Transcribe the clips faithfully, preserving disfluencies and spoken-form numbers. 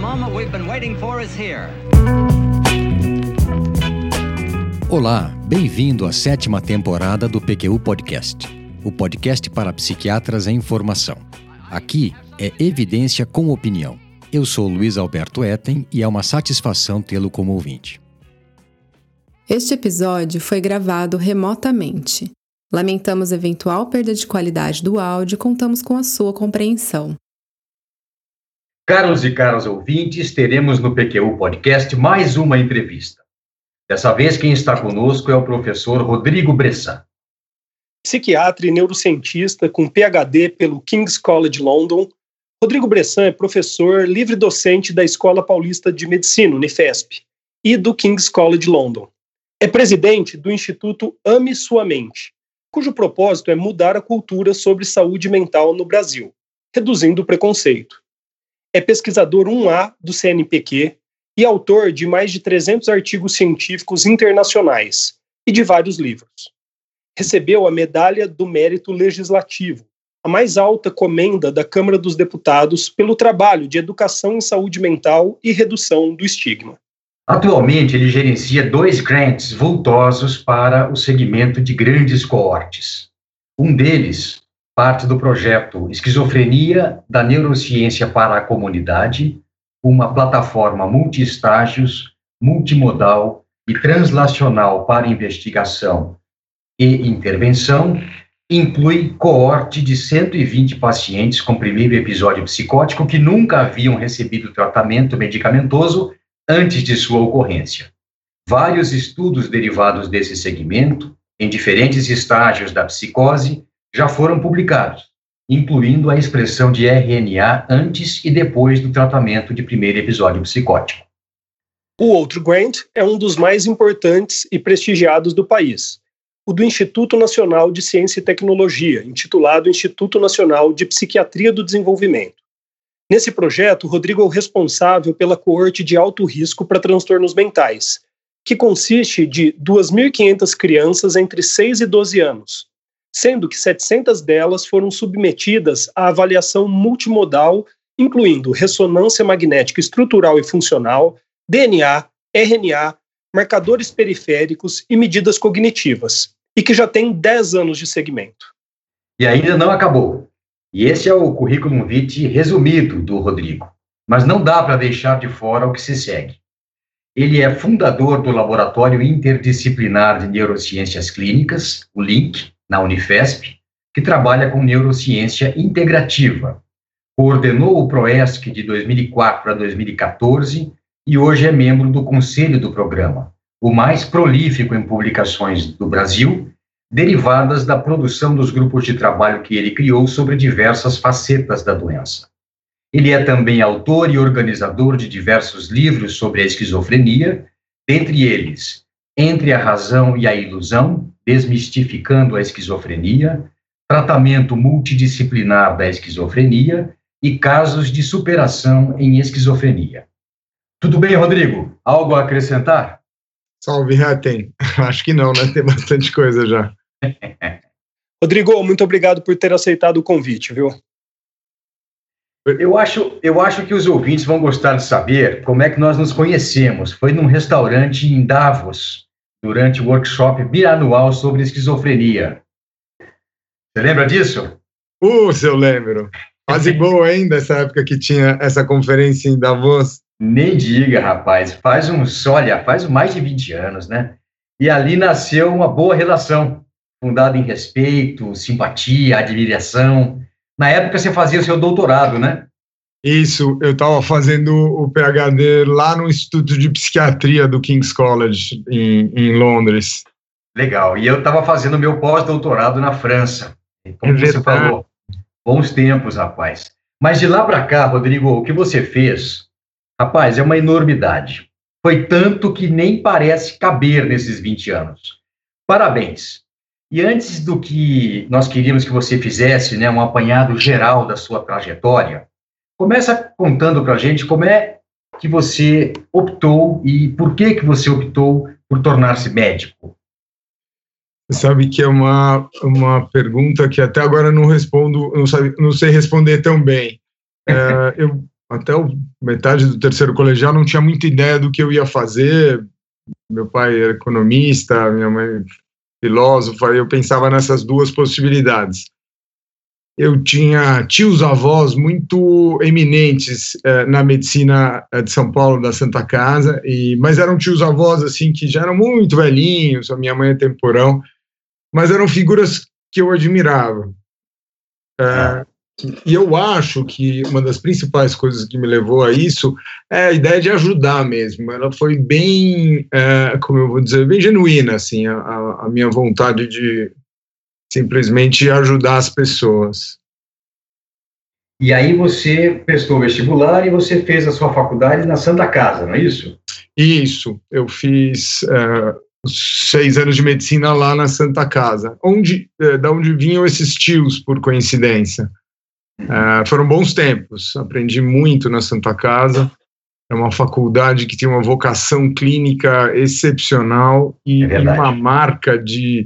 moment we've been waiting for is here. Olá, bem-vindo à sétima temporada do P Q U Podcast, o podcast para psiquiatras em formação. Aqui é evidência com opinião. Eu sou Luiz Alberto Etten e é uma satisfação tê-lo como ouvinte. Este episódio foi gravado remotamente. Lamentamos eventual perda de qualidade do áudio e contamos com a sua compreensão. Caros e caras ouvintes, teremos no P Q U Podcast mais uma entrevista. Dessa vez, quem está conosco é o professor Rodrigo Bressan. Psiquiatra e neurocientista com P H D pelo King's College London, Rodrigo Bressan é professor livre-docente da Escola Paulista de Medicina, Unifesp, e do King's College London. É presidente do Instituto Ame Sua Mente, cujo propósito é mudar a cultura sobre saúde mental no Brasil, reduzindo o preconceito. É pesquisador um A do C N P Q e autor de mais de trezentos artigos científicos internacionais e de vários livros. Recebeu a Medalha do Mérito Legislativo, a mais alta comenda da Câmara dos Deputados pelo trabalho de educação em saúde mental e redução do estigma. Atualmente, ele gerencia dois grants vultosos para o segmento de grandes coortes. Um deles parte do projeto Esquizofrenia da Neurociência para a Comunidade, uma plataforma multi-estágios, multimodal e translacional para investigação e intervenção, inclui coorte de cento e vinte pacientes com primeiro episódio psicótico que nunca haviam recebido tratamento medicamentoso antes de sua ocorrência. Vários estudos derivados desse segmento, em diferentes estágios da psicose, já foram publicados, incluindo a expressão de R N A antes e depois do tratamento de primeiro episódio psicótico. O outro grant é um dos mais importantes e prestigiados do país, o do Instituto Nacional de Ciência e Tecnologia, intitulado Instituto Nacional de Psiquiatria do Desenvolvimento. Nesse projeto, Rodrigo é o responsável pela coorte de alto risco para transtornos mentais, que consiste de duas mil e quinhentas crianças entre seis e doze anos, sendo que setecentas delas foram submetidas à avaliação multimodal, incluindo ressonância magnética estrutural e funcional, D N A, R N A, marcadores periféricos e medidas cognitivas, e que já tem dez anos de segmento. E ainda não acabou. E esse é o currículo vitae resumido do Rodrigo, mas não dá para deixar de fora o que se segue. Ele é fundador do Laboratório Interdisciplinar de Neurociências Clínicas, o LINC, na Unifesp, que trabalha com neurociência integrativa. Coordenou o PROESC de dois mil e quatro a dois mil e quatorze e hoje é membro do conselho do programa, o mais prolífico em publicações do Brasil, derivadas da produção dos grupos de trabalho que ele criou sobre diversas facetas da doença. Ele é também autor e organizador de diversos livros sobre a esquizofrenia, dentre eles Entre a Razão e a Ilusão, Desmistificando a Esquizofrenia, Tratamento Multidisciplinar da Esquizofrenia e Casos de Superação em Esquizofrenia. Tudo bem, Rodrigo? Algo a acrescentar? Salve, Etten. Acho que não, né? Tem bastante coisa já. Rodrigo, muito obrigado por ter aceitado o convite, viu? Eu acho, eu acho que os ouvintes vão gostar de saber como é que nós nos conhecemos. Foi num restaurante em Davos, durante o workshop bianual sobre esquizofrenia. Você lembra disso? Uh, se eu lembro. Quase boa ainda essa época que tinha essa conferência em Davos. Nem diga, rapaz. Faz uns, olha, faz mais de vinte anos, né? E ali nasceu uma boa relação, fundada em respeito, simpatia, admiração. Na época você fazia o seu doutorado, né? Isso, eu estava fazendo o P H D lá no Instituto de Psiquiatria do King's College, em, em Londres. Legal, e eu estava fazendo meu pós-doutorado na França. Como é você falou, bons tempos, rapaz. Mas de lá para cá, Rodrigo, o que você fez, rapaz, é uma enormidade. Foi tanto que nem parece caber nesses vinte anos. Parabéns. E antes do que nós queríamos que você fizesse, né, um apanhado geral da sua trajetória, começa contando para a gente como é que você optou e por que que você optou por tornar-se médico. Você sabe que é uma, uma pergunta que até agora não respondo, não, sabe, não sei responder tão bem. É, eu, até o, metade do terceiro colegial, não tinha muita ideia do que eu ia fazer. Meu pai era economista, minha mãe filósofa, eu pensava nessas duas possibilidades. Eu tinha tios-avós muito eminentes eh, na medicina de São Paulo, da Santa Casa, e, mas eram tios-avós assim, que já eram muito velhinhos, a minha mãe é temporão, mas eram figuras que eu admirava. Eh, e eu acho que uma das principais coisas que me levou a isso é a ideia de ajudar mesmo. Ela foi bem, eh, como eu vou dizer, bem genuína, assim, a, a minha vontade de simplesmente ajudar as pessoas. E aí você prestou o vestibular e você fez a sua faculdade na Santa Casa, não é isso? Isso, eu fiz uh, seis anos de medicina lá na Santa Casa, onde, uh, da onde vinham esses tios, por coincidência. Uh, foram bons tempos, aprendi muito na Santa Casa, é uma faculdade que tem uma vocação clínica excepcional e, é e uma marca de...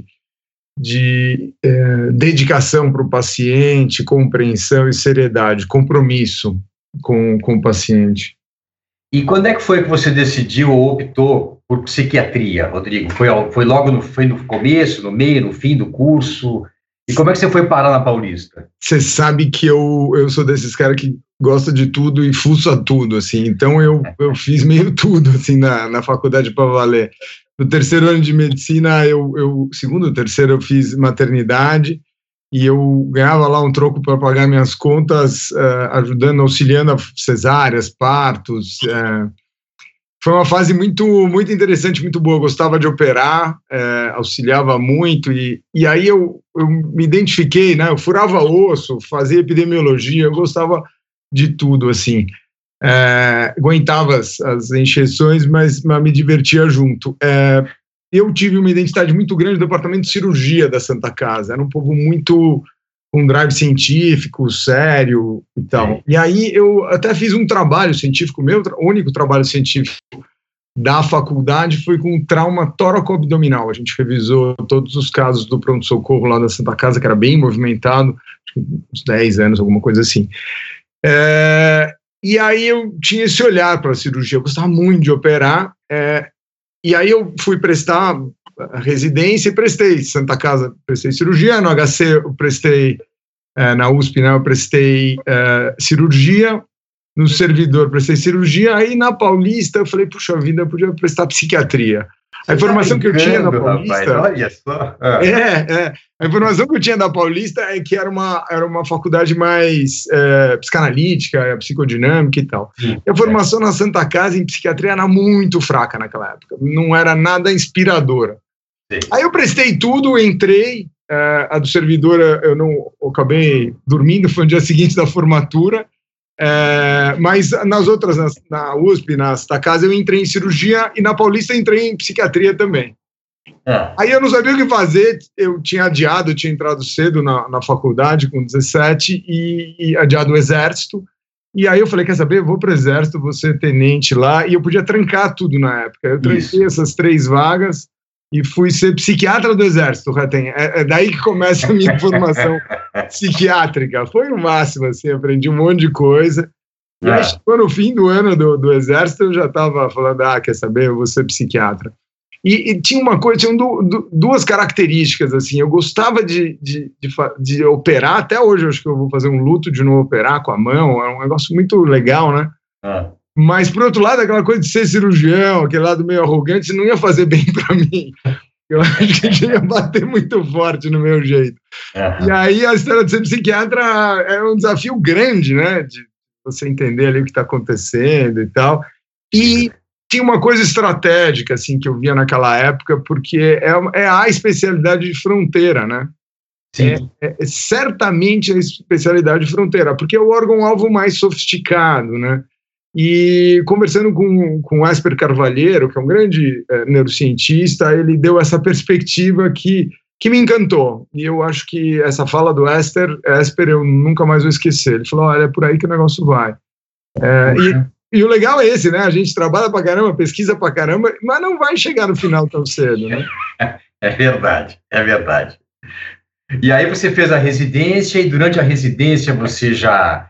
de eh, dedicação para o paciente, compreensão e seriedade, compromisso com, com o paciente. E quando é que foi que você decidiu ou optou por psiquiatria, Rodrigo? Foi, foi logo no, foi no começo, no meio, no fim do curso? E como é que você foi parar na Paulista? Você sabe que eu, eu sou desses caras que gosta de tudo e fuça tudo, assim, então eu, eu fiz meio tudo, assim, na, na faculdade para valer. No terceiro ano de medicina, eu, eu segundo ou terceiro, eu fiz maternidade e eu ganhava lá um troco para pagar minhas contas, uh, ajudando, auxiliando a cesáreas, partos. Uh, foi uma fase muito, muito interessante, muito boa. Eu gostava de operar, uh, auxiliava muito e, e aí eu, eu me identifiquei, né? Eu furava osso, fazia epidemiologia, eu gostava de tudo, assim. É, aguentava as, as encheções, mas, mas me divertia junto. É, eu tive uma identidade muito grande do departamento de cirurgia da Santa Casa, era um povo muito, um drive científico, sério e tal. E aí eu até fiz um trabalho científico, meu o único trabalho científico da faculdade foi com trauma tóraco-abdominal. A gente revisou todos os casos do pronto-socorro lá da Santa Casa, que era bem movimentado, acho que uns dez anos, alguma coisa assim. É, E aí eu tinha esse olhar para a cirurgia, eu gostava muito de operar, é, e aí eu fui prestar a residência e prestei Santa Casa, prestei cirurgia, no H C eu prestei, é, na U S P, né, eu prestei é, cirurgia, no servidor prestei cirurgia, aí na Paulista eu falei, puxa vida, eu podia prestar psiquiatria. A informação que eu tinha da Paulista... Rapaz, olha só. Ah. É, é. A informação que eu tinha da Paulista é que era uma, era uma faculdade mais é, psicanalítica, psicodinâmica e tal. Sim, e a formação é. na Santa Casa em psiquiatria era muito fraca naquela época. Não era nada inspiradora. Sim. Aí eu prestei tudo, entrei. É, a do servidor eu não eu acabei dormindo, foi no dia seguinte da formatura. É, mas nas outras, na, na U S P, na Santa Casa, eu entrei em cirurgia e na Paulista entrei em psiquiatria também. É. Aí eu não sabia o que fazer, eu tinha adiado, eu tinha entrado cedo na, na faculdade com dezessete e, e adiado o exército, e aí eu falei, quer saber, eu vou pro exército, vou ser tenente lá, e eu podia trancar tudo na época, eu tranquei Isso. essas três vagas e fui ser psiquiatra do exército, Ratem. É, é daí que começa a minha formação psiquiátrica, foi o máximo, assim, aprendi um monte de coisa, e aí chegou no fim do ano do, do exército, eu já estava falando, ah, quer saber, eu vou ser psiquiatra. E, e tinha uma coisa, tinham du, du, duas características, assim, eu gostava de, de, de, de operar, até hoje eu acho que eu vou fazer um luto de não operar com a mão, é um negócio muito legal, né? Ah. Mas, por outro lado, aquela coisa de ser cirurgião, aquele lado meio arrogante, não ia fazer bem para mim. Eu acho que ia bater muito forte no meu jeito. Uhum. E aí a história de ser psiquiatra é um desafio grande, né? De você entender ali o que está acontecendo e tal. E tinha uma coisa estratégica, assim, que eu via naquela época, porque é, é a especialidade de fronteira, né? Sim. É, é certamente a especialidade de fronteira, porque é o órgão-alvo mais sofisticado, né? E conversando com, com o Esper Carvalheiro, que é um grande é, neurocientista, ele deu essa perspectiva que, que me encantou. E eu acho que essa fala do Esper, Esper eu nunca mais vou esquecer. Ele falou, olha, é por aí que o negócio vai. É, e, e o legal é esse, né? A gente trabalha pra caramba, pesquisa pra caramba, mas não vai chegar no final tão cedo, né? É verdade, é verdade. E aí você fez a residência e durante a residência você já...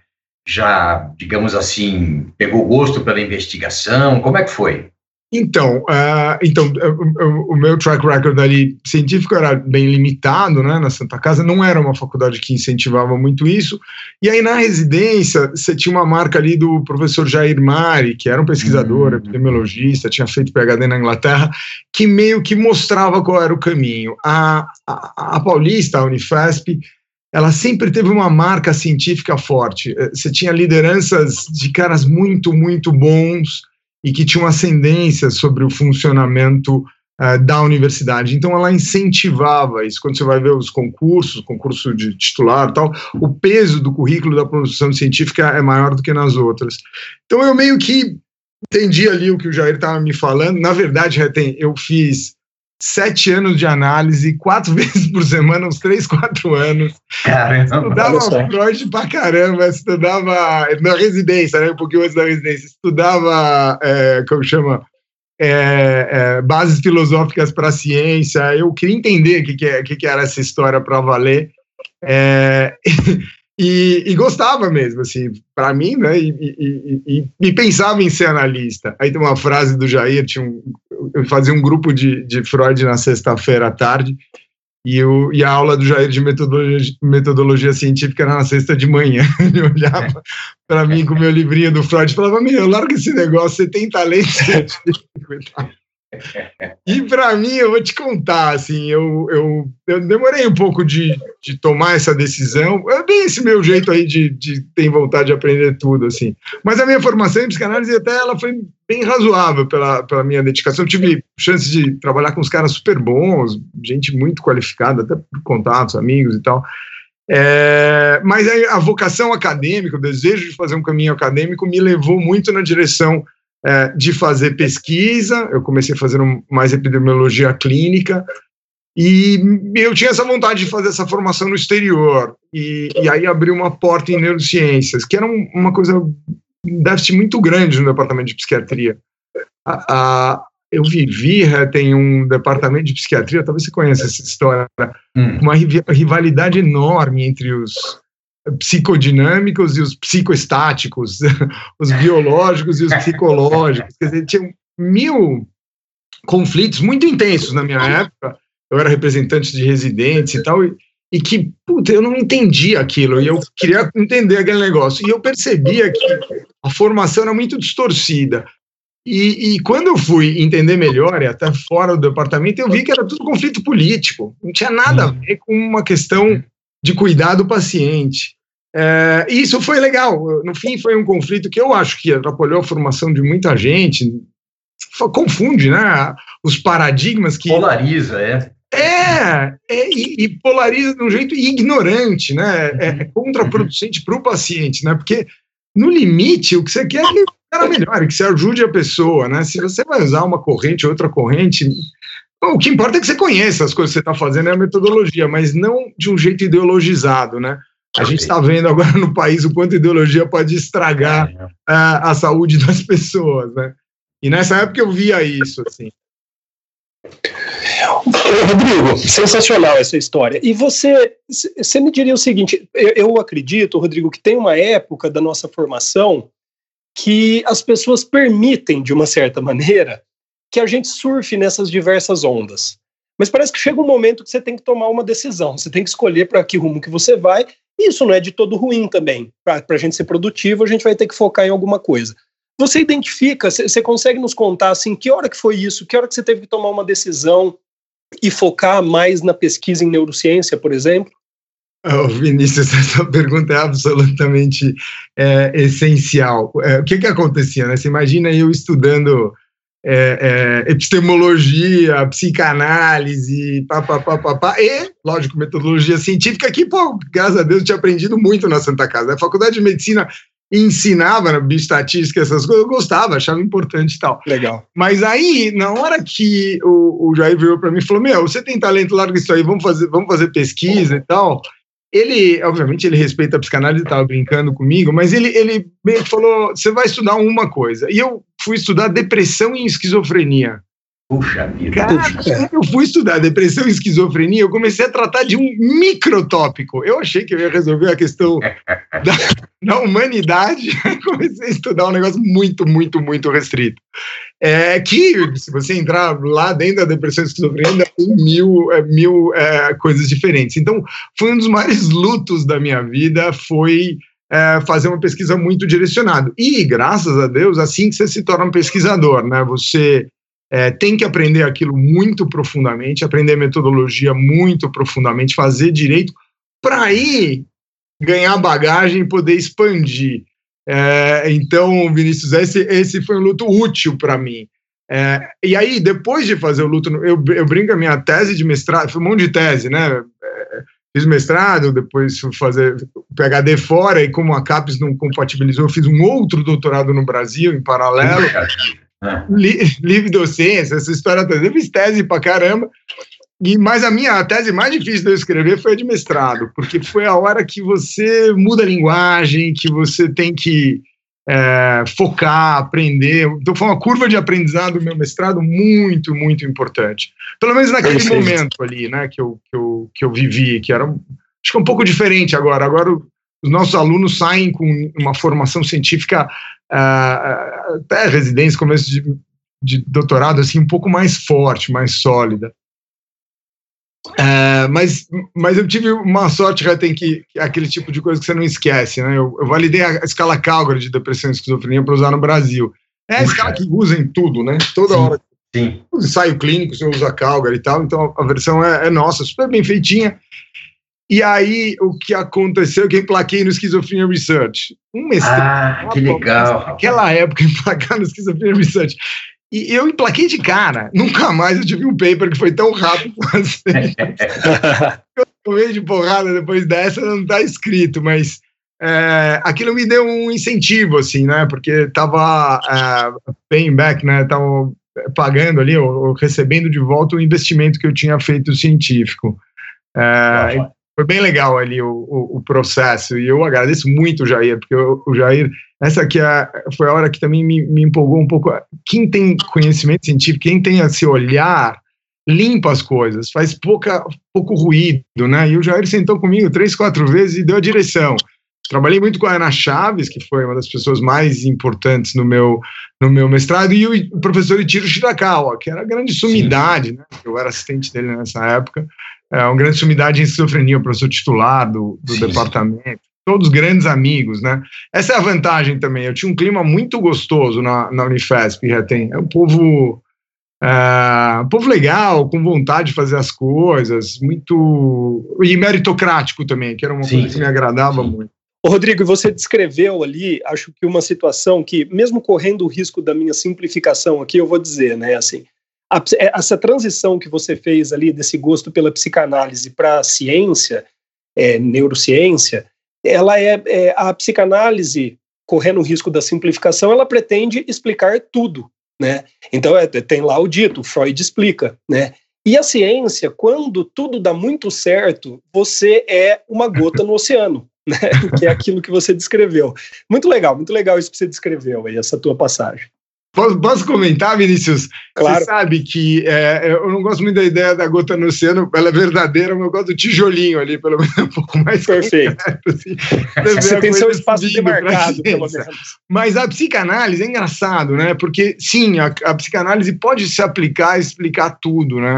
já, digamos assim, pegou gosto pela investigação? Como é que foi? Então, uh, então uh, o meu track record ali científico era bem limitado, né, na Santa Casa, não era uma faculdade que incentivava muito isso, e aí na residência você tinha uma marca ali do professor Jair Mari, que era um pesquisador, uhum. epidemiologista, tinha feito P H D na Inglaterra, que meio que mostrava qual era o caminho. A, a, a Paulista, a Unifesp, ela sempre teve uma marca científica forte, você tinha lideranças de caras muito, muito bons, e que tinham ascendência sobre o funcionamento uh, da universidade. Então, ela incentivava isso. Quando você vai ver os concursos, concurso de titular e tal, o peso do currículo da produção científica é maior do que nas outras. Então, eu meio que entendi ali o que o Jair estava me falando. Na verdade, eu fiz sete anos de análise, quatro vezes por semana, uns três, quatro anos. Caramba, estudava Freud pra caramba, estudava na residência, né, um pouquinho antes da residência, estudava, é, como chama, é, é, bases filosóficas para a ciência. Eu queria entender o que, que, é, que, que era essa história para valer. É, E, e gostava mesmo, assim, para mim, né, e, e, e, e pensava em ser analista. Aí tem uma frase do Jair, tinha um, eu fazia um grupo de, de Freud na sexta-feira à tarde, e, eu, e a aula do Jair de metodologia, metodologia científica era na sexta de manhã. Ele olhava para mim com o meu livrinho do Freud e falava, meu, larga esse negócio, você tem talento científico e tal. E para mim, eu vou te contar, assim, eu, eu, eu demorei um pouco de, de tomar essa decisão, é bem esse meu jeito aí de, de ter vontade de aprender tudo, assim, mas a minha formação em psicanálise até ela foi bem razoável pela, pela minha dedicação. Eu tive chance de trabalhar com uns caras super bons, gente muito qualificada, até por contatos, amigos e tal, é, mas a, a vocação acadêmica, o desejo de fazer um caminho acadêmico me levou muito na direção É, de fazer pesquisa. Eu comecei fazendo mais epidemiologia clínica, e eu tinha essa vontade de fazer essa formação no exterior, e, e aí abriu uma porta em neurociências, que era um, uma coisa, um déficit muito grande no departamento de psiquiatria. A, a, eu vivi, tem um departamento de psiquiatria, talvez você conheça essa história, hum. uma rivalidade enorme entre os psicodinâmicos e os psicoestáticos, os biológicos e os psicológicos. Quer dizer, tinha mil conflitos muito intensos na minha época. Eu era representante de residentes e tal, e, e que, puta, eu não entendia aquilo, e eu queria entender aquele negócio, e eu percebia que a formação era muito distorcida. E, e quando eu fui entender melhor, e até fora do departamento, eu vi que era tudo conflito político, não tinha nada a ver com uma questão de cuidar do paciente. É, e isso foi legal. No fim, foi um conflito que eu acho que atrapalhou a formação de muita gente, confunde, né, os paradigmas que... Polariza, é. É, é e, e polariza de um jeito ignorante, né, é, é contraproducente para o paciente, né, porque, no limite, o que você quer é que o cara melhore, que você ajude a pessoa, né, se você vai usar uma corrente ou outra corrente... O que importa é que você conheça as coisas que você está fazendo, é a metodologia, mas não de um jeito ideologizado, né? A gente está vendo agora no país o quanto a ideologia pode estragar a, a saúde das pessoas, né? E nessa época eu via isso, assim. Rodrigo, sensacional essa história. E você, você me diria o seguinte, eu, eu acredito, Rodrigo, que tem uma época da nossa formação que as pessoas permitem, de uma certa maneira, que a gente surfe nessas diversas ondas. Mas parece que chega um momento que você tem que tomar uma decisão, você tem que escolher para que rumo que você vai, e isso não é de todo ruim também. Para a gente ser produtivo, a gente vai ter que focar em alguma coisa. Você identifica, você consegue nos contar assim, que hora que foi isso, que hora que você teve que tomar uma decisão e focar mais na pesquisa em neurociência, por exemplo? Oh, Vinícius, essa pergunta é absolutamente é, essencial. É, o que que acontecia, né? Você imagina eu estudando... É, é, epistemologia, psicanálise, pá, pá, pá, pá, pá, e, lógico, metodologia científica, que, pô, graças a Deus, eu tinha aprendido muito na Santa Casa. A faculdade de medicina ensinava na bioestatística, essas coisas, eu gostava, achava importante e tal. Legal. Mas aí, na hora que o, o Jair veio para mim e falou, meu, você tem talento, larga isso aí, vamos fazer, vamos fazer pesquisa e tal... Ele, obviamente, ele respeita a psicanálise, estava brincando comigo, mas ele, ele meio que falou, você vai estudar uma coisa. E eu fui estudar depressão e esquizofrenia. Puxa vida. Cara, quando eu fui estudar depressão e esquizofrenia, eu comecei a tratar de um microtópico. Eu achei que eu ia resolver a questão da, da humanidade, comecei a estudar um negócio muito, muito, muito restrito. É que, se você entrar lá dentro da depressão e esquizofrenia, ainda tem mil, é, mil é, coisas diferentes. Então, foi um dos maiores lutos da minha vida, foi é, fazer uma pesquisa muito direcionada. E, graças a Deus, assim que você se torna um pesquisador, né? Você... É, tem que aprender aquilo muito profundamente, aprender metodologia muito profundamente, fazer direito, para aí ganhar bagagem e poder expandir. É, então, Vinícius, esse, esse foi um luto útil para mim. É, e aí, depois de fazer o luto, eu, eu brinco a minha tese de mestrado, foi um monte de tese, né? É, fiz mestrado, depois fui fazer P H D fora, e como a CAPES não compatibilizou, eu fiz um outro doutorado no Brasil, em paralelo. Livre docência, essa história toda. Eu fiz tese pra caramba, e, mas a minha a tese mais difícil de eu escrever foi a de mestrado, porque foi a hora que você muda a linguagem, que você tem que é, focar, aprender. Então foi uma curva de aprendizado do meu mestrado muito, muito importante. Pelo menos naquele Perfeito. momento ali, né, que eu, que, eu, que eu vivi, que era, acho que é um pouco diferente agora. Agora os nossos alunos saem com uma formação científica, uh, até residência, começo de, de doutorado, assim, um pouco mais forte, mais sólida. Uh, mas, mas eu tive uma sorte, já tem que, aquele tipo de coisa que você não esquece, né? Eu, eu validei a escala Calgary de depressão e esquizofrenia para usar no Brasil. É a escala que usa em tudo, né? Toda sim, hora. Sim. No ensaio clínico, você usa Calgary e tal, então a versão é, é nossa, super bem feitinha. E aí, o que aconteceu, que eu emplaquei no Schizophrenia Research. Um mestrado. Ah, que legal. Naquela época, emplacar no Schizophrenia Research. E eu emplaquei de cara. Nunca mais eu tive um paper que foi tão rápido assim. Eu tomei de porrada depois dessa, não está escrito, mas é, aquilo me deu um incentivo, assim, né? Porque estava é, paying back, né? Estava pagando ali, ou, ou recebendo de volta o investimento que eu tinha feito científico. É, Foi bem legal ali o, o, o processo, e eu agradeço muito o Jair, porque o, o Jair, essa aqui é, foi a hora que também me, me empolgou um pouco. Quem tem conhecimento científico, quem tem esse olhar, limpa as coisas, faz pouca, pouco ruído, né? E o Jair sentou comigo três, quatro vezes e deu a direção. Trabalhei muito com a Ana Chaves, que foi uma das pessoas mais importantes no meu, no meu mestrado, e o professor Ichiro Shirakawa, que era a grande sumidade, né? Eu era assistente dele nessa época. É uma grande sumidade em esquizofrenia, o professor titular do, do departamento, todos grandes amigos, né? Essa é a vantagem também. Eu tinha um clima muito gostoso na, na Unifesp, tem, é um povo, é, um povo legal, com vontade de fazer as coisas, muito... e meritocrático também, que era uma sim, coisa que me agradava sim. muito. Ô, Rodrigo, você descreveu ali, acho que uma situação que, mesmo correndo o risco da minha simplificação aqui, eu vou dizer, né, assim, A, essa transição que você fez ali desse gosto pela psicanálise para a ciência, é, neurociência, ela é, é a psicanálise, correndo o risco da simplificação, ela pretende explicar tudo, né? Então é, tem lá o dito, Freud explica, né? E a ciência, quando tudo dá muito certo, você é uma gota no oceano, né? Que é aquilo que você descreveu. Muito legal, muito legal isso que você descreveu aí, essa tua passagem. Posso, posso comentar, Vinícius? Claro. Você sabe que é, eu não gosto muito da ideia da gota no oceano, ela é verdadeira, mas eu gosto do tijolinho ali, pelo menos um pouco mais perfeito. Concreto, assim, você tem seu espaço demarcado, pelo menos. Mas a psicanálise é engraçado, né? Porque, sim, a, a psicanálise pode se aplicar e explicar tudo, né?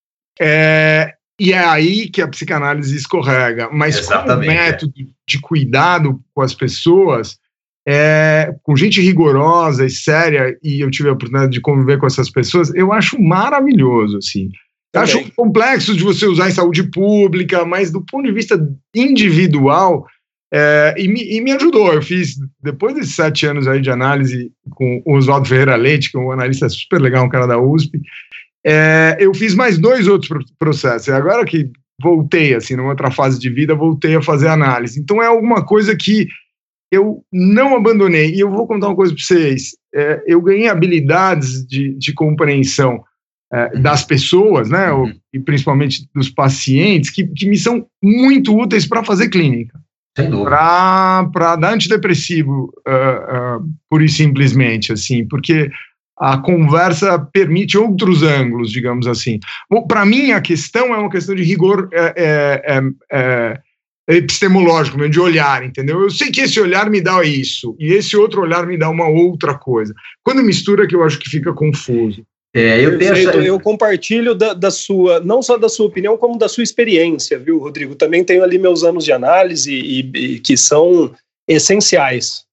É, e é aí que a psicanálise escorrega. Mas como método é. de cuidado com as pessoas... É, com gente rigorosa e séria, e eu tive a oportunidade de conviver com essas pessoas, eu acho maravilhoso, assim. Eu acho complexo de você usar em saúde pública, mas do ponto de vista individual, é, e, me, e me ajudou. Eu fiz, depois desses sete anos aí de análise com o Oswaldo Ferreira Leite, que é um analista super legal, um cara da U S P, é, eu fiz mais dois outros processos. E agora que voltei, assim, numa outra fase de vida, voltei a fazer análise. Então é alguma coisa que eu não abandonei. E eu vou contar uma coisa para vocês. É, eu ganhei habilidades de, de compreensão é, das pessoas, né, uhum. e principalmente dos pacientes, que, que me são muito úteis para fazer clínica. Sem dúvida. Para dar antidepressivo, uh, uh, pura e simplesmente, assim, porque a conversa permite outros ângulos, digamos assim. Para mim, a questão é uma questão de rigor é, é, é, é epistemológico, mesmo, de olhar, entendeu? Eu sei que esse olhar me dá isso, e esse outro olhar me dá uma outra coisa. Quando mistura, que eu acho que fica confuso. É, eu, Perfeito, essa... eu compartilho da, da sua, não só da sua opinião, como da sua experiência, viu, Rodrigo? Também tenho ali meus anos de análise e, e que são essenciais.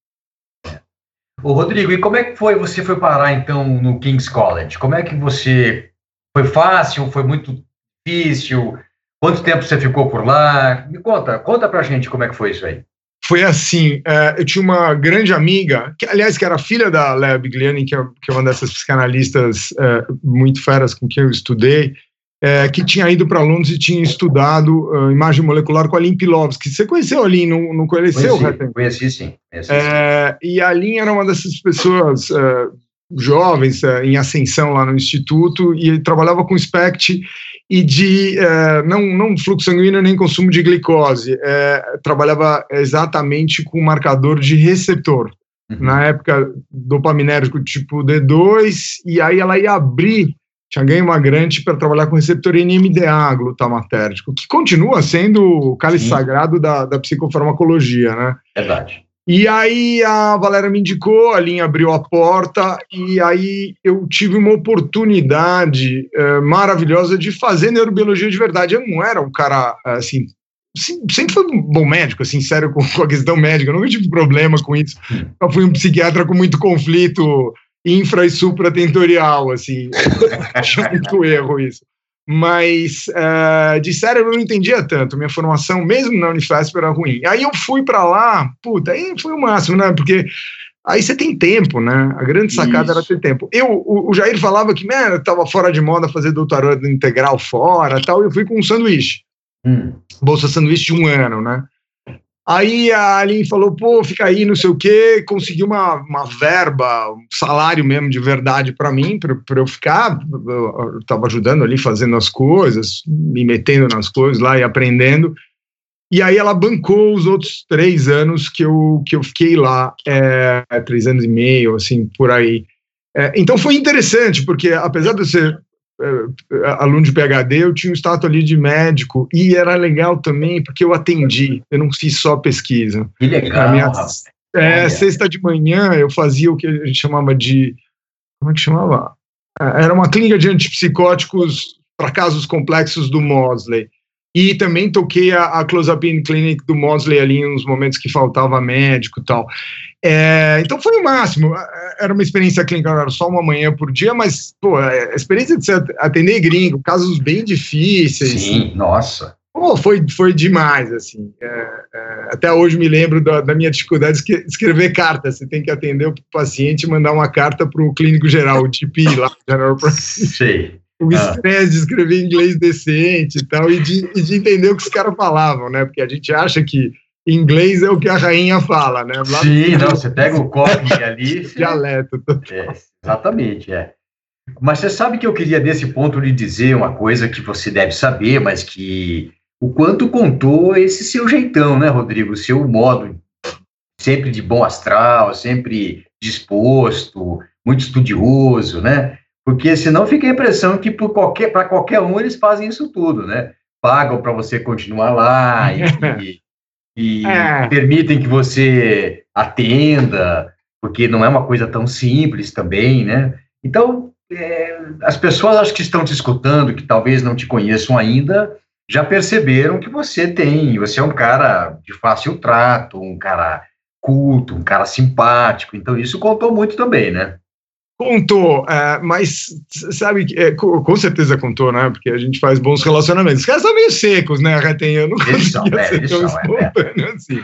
Ô, Rodrigo, e como é que foi, você foi parar, então, no King's College? Como é que você... Foi fácil? Foi muito difícil? Quanto tempo você ficou por lá? Me conta, conta pra gente como é que foi isso aí. Foi assim, uh, eu tinha uma grande amiga, que aliás, que era filha da Léa Bigliani, que é, que é uma dessas psicanalistas uh, muito feras com quem eu estudei, uh, que tinha ido para Londres e tinha estudado uh, imagem molecular com a Lynn Pilovsky. Você conheceu a Lynn, não, não conheceu? Conheci, conheci sim. Conheci, sim. Uh, e a Lynn era uma dessas pessoas uh, jovens uh, em ascensão lá no Instituto e trabalhava com SPECT e de, uh, não, não fluxo sanguíneo nem consumo de glicose, uh, trabalhava exatamente com marcador de receptor, uhum. Na época dopaminérgico tipo D dois, e aí ela ia abrir, tinha ganho uma grande para trabalhar com receptor N M D A glutamatérgico, que continua sendo o cálice Sim. sagrado da, da psicofarmacologia, né? Verdade. E aí a Valéria me indicou, a Linha abriu a porta, e aí eu tive uma oportunidade é, maravilhosa de fazer neurobiologia de verdade. Eu não era um cara, assim, sempre fui um bom médico, assim, sério com, com a questão médica, eu nunca tive problema com isso. Eu fui um psiquiatra com muito conflito infra- e supratentorial, assim, tinha muito erro isso. Mas uh, de cérebro eu não entendia tanto, minha formação mesmo na Unifesp era ruim. Aí eu fui para lá, puta, aí foi o máximo, né, porque aí você tem tempo, né, a grande sacada Isso. era ter tempo. Eu, o, o Jair falava que, né, eu tava fora de moda fazer doutorado integral fora, tal, e eu fui com um sanduíche, hum. bolsa sanduíche de um ano, né. Aí a Aline falou, pô, fica aí, não sei o quê, consegui uma, uma verba, um salário mesmo de verdade para mim, para eu ficar, eu estava ajudando ali, fazendo as coisas, me metendo nas coisas lá e aprendendo, e aí ela bancou os outros três anos que eu, que eu fiquei lá, é, três anos e meio, assim, por aí. É, então foi interessante, porque apesar de eu ser aluno de PhD, eu tinha um status ali de médico, e era legal também porque eu atendi, eu não fiz só pesquisa. Que legal. Minha, é, sexta de manhã eu fazia o que a gente chamava de, como é que chamava? Era uma clínica de antipsicóticos para casos complexos do Maudsley, e também toquei a, a Close-Up In Clinic do Maudsley ali nos momentos que faltava médico e tal. É, então foi o máximo, era uma experiência clínica, era só uma manhã por dia, mas pô, a experiência de atender gringo, casos bem difíceis. Sim, nossa. Pô, foi, foi demais, assim. É, é, até hoje me lembro da, da minha dificuldade de escrever carta. Você tem que atender o paciente e mandar uma carta para o clínico geral, o T P lá, General Practice. Sei. O estresse ah. de escrever inglês decente e tal, e de, e de entender o que os caras falavam, né? Porque a gente acha que inglês é o que a rainha fala, né? Lá Sim, não, você pega o copy ali... Dialeto. É, exatamente, é. Mas você sabe que eu queria, nesse ponto, lhe dizer uma coisa que você deve saber, mas que o quanto contou esse seu jeitão, né, Rodrigo? O seu modo sempre de bom astral, sempre disposto, muito estudioso, né? Porque senão fica a impressão que para qualquer, para qualquer um eles fazem isso tudo, né? Pagam para você continuar lá e, e é. permitem que você atenda, porque não é uma coisa tão simples também, né? Então, é, as pessoas acho que estão te escutando, que talvez não te conheçam ainda, já perceberam que você tem, você é um cara de fácil trato, um cara culto, um cara simpático, então isso contou muito também, né? Contou, é, mas sabe, é, com certeza contou, né? Porque a gente faz bons relacionamentos. Os caras são meio secos, né? Eu não conseguia é, ser tão espontâneo é, assim.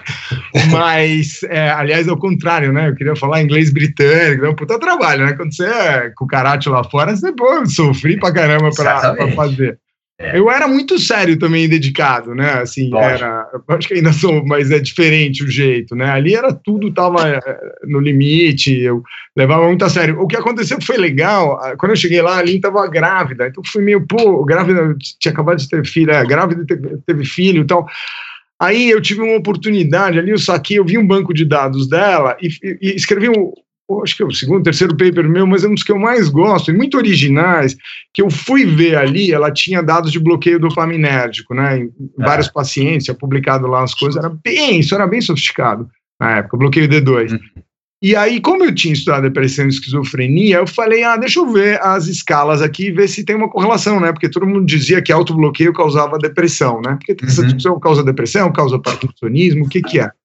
Mas, é, aliás, ao contrário, né? Eu queria falar inglês britânico, é um puta trabalho, né? Quando você é cucaracho lá fora, você pô, sofri pra caramba pra, pra fazer. É. Eu era muito sério também e dedicado, né, assim, Lógico. era, acho que ainda sou, mas é diferente o jeito, né, ali era tudo, tava no limite, eu levava muito a sério. O que aconteceu que foi legal, quando eu cheguei lá, a Aline tava grávida, então fui meio, pô, grávida, tinha acabado de ter filha, é, grávida teve, teve filho e tal, aí eu tive uma oportunidade ali, eu saquei, eu vi um banco de dados dela e, e escrevi um, acho que é o segundo, terceiro paper meu, mas é um dos que eu mais gosto, e muito originais, que eu fui ver ali, ela tinha dados de bloqueio dopaminérgico, né, em ah. vários pacientes, tinha publicado lá as coisas, era bem, isso era bem sofisticado na época, bloqueio D dois. Uhum. E aí, como eu tinha estudado depressão e esquizofrenia, eu falei, ah, deixa eu ver as escalas aqui e ver se tem uma correlação, né, porque todo mundo dizia que autobloqueio causava depressão, né, porque essa discussão causa depressão, causa parkinsonismo, o que que é?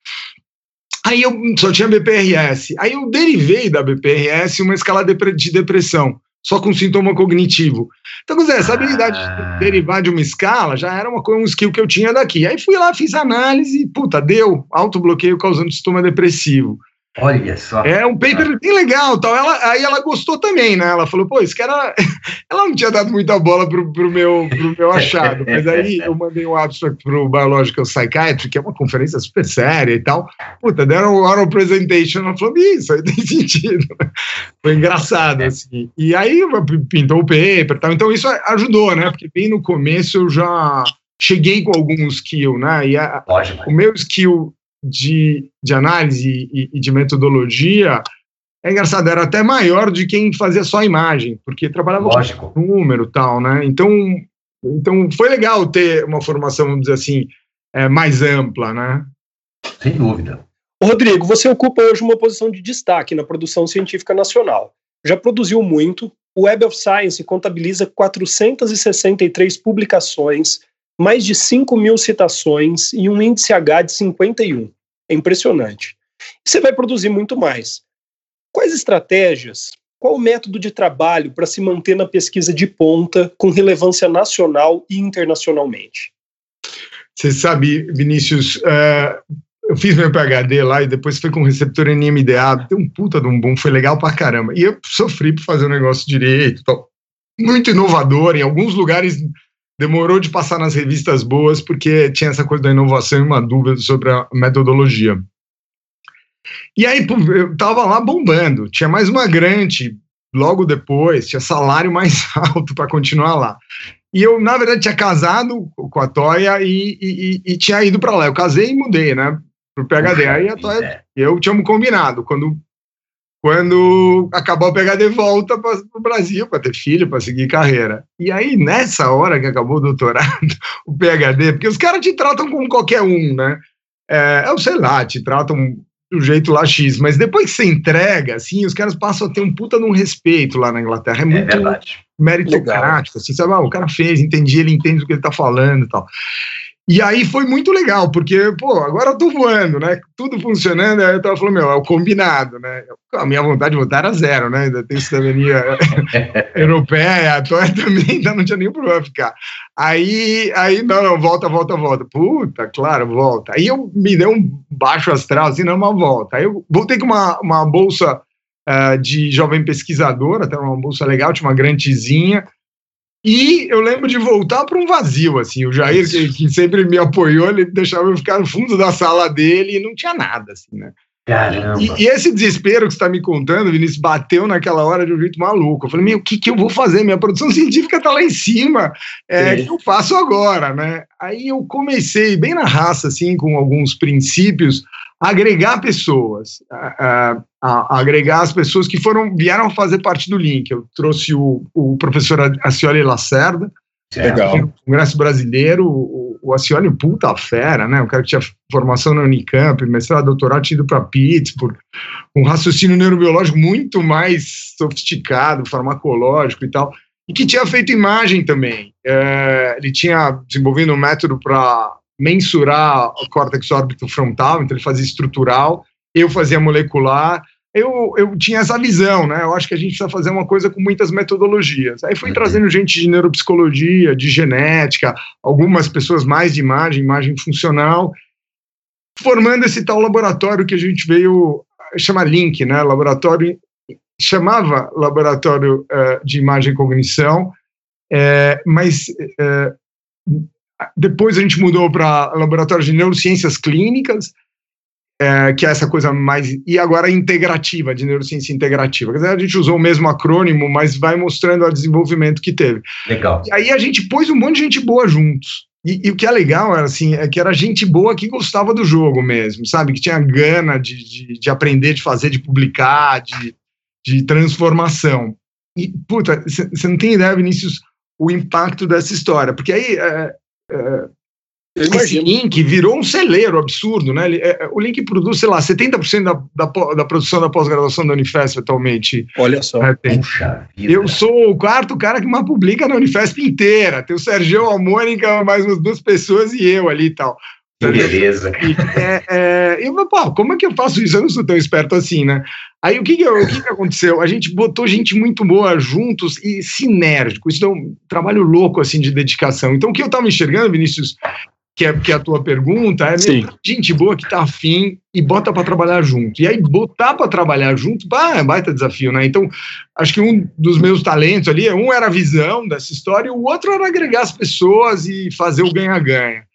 Aí eu só tinha B P R S. Aí eu derivei da B P R S uma escala de depressão, só com sintoma cognitivo. Então, quer dizer, essa habilidade ah. de derivar de uma escala já era uma, um skill que eu tinha daqui. Aí fui lá, fiz análise e, puta, deu autobloqueio causando sintoma depressivo. Olha só. É um paper bem legal, tal. Ela, aí ela gostou também, né? Ela falou, pô, isso que era... Ela não tinha dado muita bola pro, pro, meu, pro meu achado, mas aí eu mandei um abstract pro Biological Psychiatry, que é uma conferência super séria e tal. Puta, deram um oral presentation, ela falou, isso aí tem sentido. Foi engraçado, assim. E aí pintou o paper e tal. Então isso ajudou, né? Porque bem no começo eu já cheguei com algum skill, né? E a, o meu skill De, de análise e, e de metodologia, é engraçado, era até maior de quem fazia só imagem, porque trabalhava Lógico. com número e tal, né? Então, então foi legal ter uma formação, vamos dizer assim, é, mais ampla, né? Sem dúvida. Rodrigo, você ocupa hoje uma posição de destaque na produção científica nacional. Já produziu muito, o Web of Science contabiliza quatrocentas e sessenta e três publicações, mais de cinco mil citações e um índice H de cinquenta e um. É impressionante. E você vai produzir muito mais. Quais estratégias, qual o método de trabalho para se manter na pesquisa de ponta com relevância nacional e internacionalmente? Você sabe, Vinícius, uh, eu fiz meu PhD lá e depois foi com receptor N M D A, deu um puta de um boom, foi legal pra caramba. E eu sofri para fazer o negócio direito, tal. Muito inovador, em alguns lugares... Demorou de passar nas revistas boas, porque tinha essa coisa da inovação e uma dúvida sobre a metodologia. E aí, eu tava lá bombando, tinha mais uma grande logo depois, tinha salário mais alto para continuar lá. E eu, na verdade, tinha casado com a Toia e, e, e tinha ido para lá. Eu casei e mudei, né, pro PhD. Aí a Toia e eu tínhamos combinado, quando... Quando acabou o PhD, volta para o Brasil para ter filho, para seguir carreira. E aí, nessa hora que acabou o doutorado, o PhD, porque os caras te tratam como qualquer um, né? É, eu sei lá, te tratam do jeito lá X, mas depois que você entrega, assim, os caras passam a ter um puta de um respeito lá na Inglaterra. É muito é meritocrático, assim, sabe? Ah, o cara fez, entendi, ele entende o que ele tá falando e tal. E aí foi muito legal, porque, pô, agora eu tô voando, né? Tudo funcionando, aí eu tava falando, meu, é o combinado, né? A minha vontade de votar era zero, né? Ainda tem cidadania europeia, a Toia também, ainda não tinha nenhum problema ficar. Aí, aí, não, não, volta, volta, volta. Puta, claro, volta. Aí eu me dei um baixo astral, assim, não, uma volta. Aí eu voltei com uma, uma bolsa uh, de jovem pesquisador, até uma bolsa legal, tinha uma grantezinha. E eu lembro de voltar para um vazio, assim, o Jair, que, que sempre me apoiou, ele deixava eu ficar no fundo da sala dele e não tinha nada, assim, né? Caramba! E, e esse desespero que você está me contando, Vinícius, bateu naquela hora de um jeito maluco. Eu falei, meu, o que, que eu vou fazer? Minha produção científica está lá em cima, é, o que eu faço agora, né? Aí eu comecei, bem na raça, assim, com alguns princípios, a agregar pessoas, a, a, a agregar as pessoas que foram, vieram fazer parte do link. Eu trouxe o, o professor Acioli Lacerda, legal, no Congresso Brasileiro, o, o Acioli, puta fera, né? O cara que tinha formação na Unicamp, mestrado, doutorado, tinha ido para Pittsburgh, um raciocínio neurobiológico muito mais sofisticado, farmacológico e tal, e que tinha feito imagem também. É, ele tinha desenvolvido um método para mensurar o córtex órbito frontal, então ele fazia estrutural, eu fazia molecular, eu, eu tinha essa visão, né? Eu acho que a gente precisa fazer uma coisa com muitas metodologias. Aí fui uhum. trazendo gente de neuropsicologia, de genética, algumas pessoas mais de imagem, imagem funcional, formando esse tal laboratório que a gente veio chamar Link, né? Laboratório, chamava Laboratório uh, de Imagem e Cognição, é, mas uh, depois a gente mudou para Laboratório de Neurociências Clínicas, é, que é essa coisa mais, e agora integrativa, de neurociência integrativa. Quer dizer, a gente usou o mesmo acrônimo, mas vai mostrando o desenvolvimento que teve. Legal. E aí a gente pôs um monte de gente boa juntos. E, e o que é legal era, assim, é que era gente boa que gostava do jogo mesmo, sabe? Que tinha gana de, de, de aprender, de fazer, de publicar, de, de transformação. E, puta, você não tem ideia, Vinícius, o impacto dessa história. Porque aí... É, é, esse Link virou um celeiro absurdo, né? O Link produz, sei lá, setenta por cento da, da, da produção da pós-graduação da Unifesp atualmente. Olha só. É, Puxa vida. Eu sou o quarto cara que mais publica na Unifesp inteira. Tem o Sergio, a Mônica, mais umas duas pessoas e eu ali e tal. Beleza. É, é, eu, pô, como é que eu faço isso? Eu não sou tão esperto assim, né? Aí o que que, o que que aconteceu? A gente botou gente muito boa juntos e sinérgico. Isso é um trabalho louco, assim, de dedicação. Então, o que eu tava enxergando, Vinícius, que é, que é a tua pergunta, é mesmo, gente boa que tá afim e bota para trabalhar junto. E aí, botar para trabalhar junto, bah, é baita desafio, né? Então, acho que um dos meus talentos ali, um era a visão dessa história e o outro era agregar as pessoas e fazer o ganha-ganha.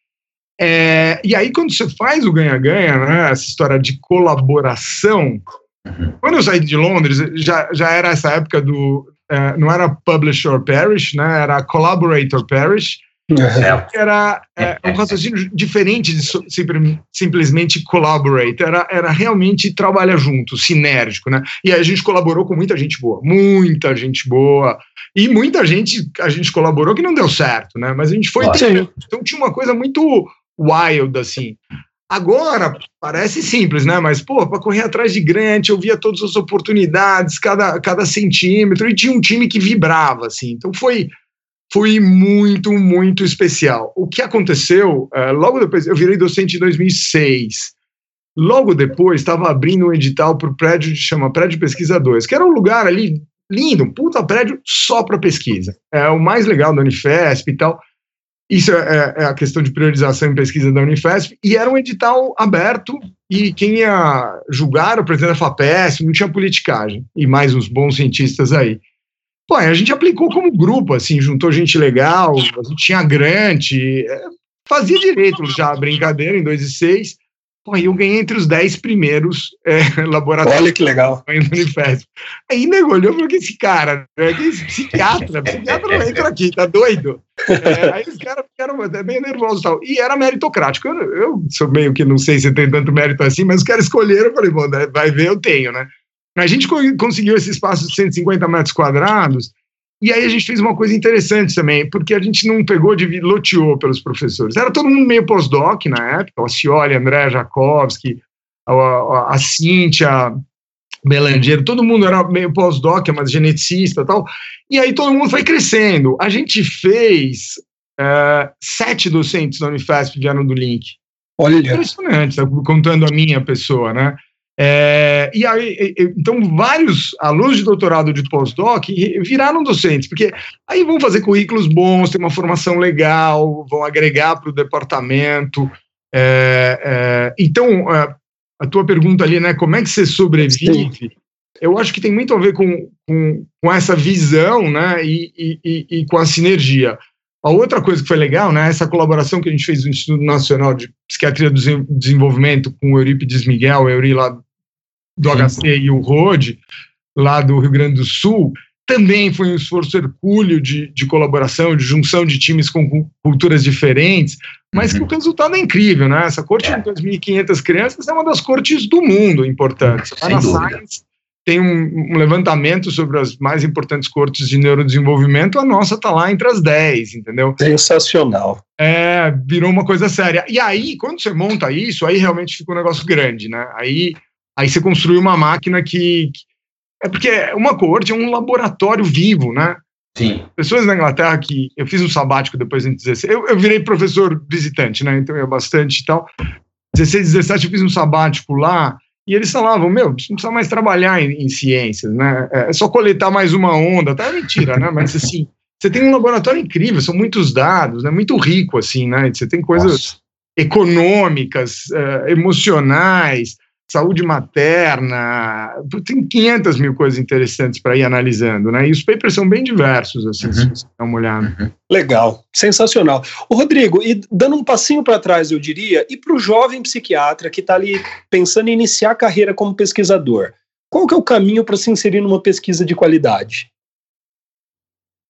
É, e aí, quando você faz o ganha-ganha, né, essa história de colaboração, uhum. Quando eu saí de Londres, já, já era essa época do... É, não era Publish or Perish, né, era Collaborate or Perish, era é, um raciocínio diferente de so, sim, simplesmente collaborate, era, era realmente trabalhar junto, sinérgico, né? E aí a gente colaborou com muita gente boa, muita gente boa, e muita gente a gente colaborou que não deu certo, né? Mas a gente foi... Então tinha uma coisa muito wild, assim. Agora, parece simples, né? Mas, pô, para correr atrás de grant, eu via todas as oportunidades, cada, cada centímetro, e tinha um time que vibrava, assim. Então foi... Foi muito, muito especial. O que aconteceu, uh, logo depois, eu virei docente em dois mil e seis, logo depois estava abrindo um edital para o prédio que chama Prédio Pesquisa dois, que era um lugar ali lindo, um puta prédio só para pesquisa. É o mais legal da Unifesp e tal. Isso é, é a questão de priorização em pesquisa da Unifesp, e era um edital aberto, e quem ia julgar era o presidente da FAPESP, não tinha politicagem, e mais uns bons cientistas aí. Pô, a gente aplicou como grupo, assim, juntou gente legal, a gente tinha grant, é, fazia direito já a brincadeira em dois mil e seis. Pô, eu ganhei entre os dez primeiros é, laboratórios. Olha que legal. Do Unifesp. Aí nego olhou e falou que esse cara, né, que esse psiquiatra, psiquiatra não entra aqui, tá doido? É, aí os caras ficaram bem nervosos e tal. E era meritocrático. Eu, eu sou meio que não sei se tem tanto mérito assim, mas os caras escolheram, eu falei, bom, vai ver, eu tenho, né? A gente conseguiu esse espaço de cento e cinquenta metros quadrados, e aí a gente fez uma coisa interessante também, porque a gente não pegou de loteou pelos professores. Era todo mundo meio pós-doc na época, o Cioli, André Jakovski, a, a, a Cíntia, Belangeiro, todo mundo era meio pós-doc, mas geneticista e tal, e aí todo mundo foi crescendo. A gente fez uh, sete docentes da Unifesp vieram do Link. Olha. Impressionante, tá, contando a minha pessoa, né? É, e aí, então, vários alunos de doutorado de pós-doc viraram docentes, porque aí vão fazer currículos bons, ter uma formação legal, vão agregar para o departamento. É, é, então, a tua pergunta ali, né, como é que você sobrevive? Sim. Eu acho que tem muito a ver com, com, com essa visão, né, e, e, e com a sinergia. A outra coisa que foi legal, né, essa colaboração que a gente fez no Instituto Nacional de Psiquiatria do Desenvolvimento com o Eurípides Miguel, o Euri lá do H C e o Rode, lá do Rio Grande do Sul, também foi um esforço hercúleo de, de colaboração, de junção de times com culturas diferentes, mas uhum. que o resultado é incrível, né? Essa corte é. de duas mil e quinhentas crianças é uma das cortes do mundo importantes. A na Science tem um, um levantamento sobre as mais importantes cortes de neurodesenvolvimento, a nossa está lá entre as dez, entendeu? Sensacional. É, virou uma coisa séria. E aí, quando você monta isso, aí realmente fica um negócio grande, né? Aí Aí você construi uma máquina que, que... É porque uma corte é um laboratório vivo, né? Sim. Pessoas na Inglaterra que... Eu fiz um sabático depois em dezesseis. Eu, eu virei professor visitante, né? Então eu ia bastante e tal. dezesseis, dezessete eu fiz um sabático lá e eles falavam, meu, você não precisa mais trabalhar em, em ciências, né? É só coletar mais uma onda. Tá, é mentira, né? Mas assim, você tem um laboratório incrível, são muitos dados, né? Muito rico, assim, né? Você tem coisas Nossa. econômicas, uh, emocionais, saúde materna, tem quinhentas mil coisas interessantes para ir analisando, né? E os papers são bem diversos, assim, uhum. se você dá uma olhada. Uhum. Legal, sensacional. Ô, Rodrigo, e dando um passinho para trás, eu diria, e para o jovem psiquiatra que está ali pensando em iniciar a carreira como pesquisador, qual que é o caminho para se inserir numa pesquisa de qualidade?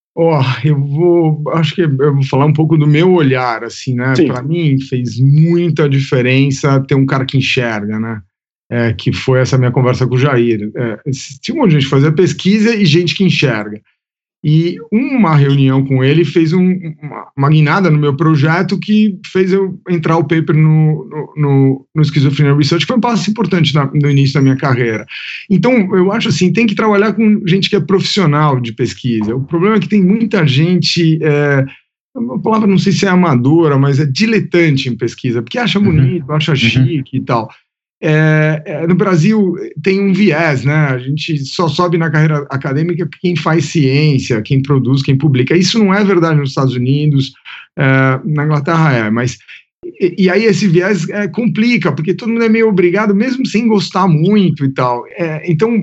Ó, oh, eu vou, acho que eu vou falar um pouco do meu olhar, assim, né? Para mim fez muita diferença ter um cara que enxerga, né? É, que foi essa minha conversa com o Jair. É, tinha um monte de gente fazer pesquisa e gente que enxerga. E uma reunião com ele fez um, uma, uma guinada no meu projeto que fez eu entrar o paper no, no, no, no Schizophrenia Research, que foi um passo importante na, no início da minha carreira. Então, eu acho assim, tem que trabalhar com gente que é profissional de pesquisa. O problema é que tem muita gente, é, a palavra não sei se é amadora, mas é diletante em pesquisa, porque acha bonito, acha chique e tal. É, é, no Brasil tem um viés, né? A gente só sobe na carreira acadêmica quem faz ciência, quem produz, quem publica. Isso não é verdade nos Estados Unidos, é, na Inglaterra é, mas e, e aí esse viés é, complica, porque todo mundo é meio obrigado, mesmo sem gostar muito e tal. É, então,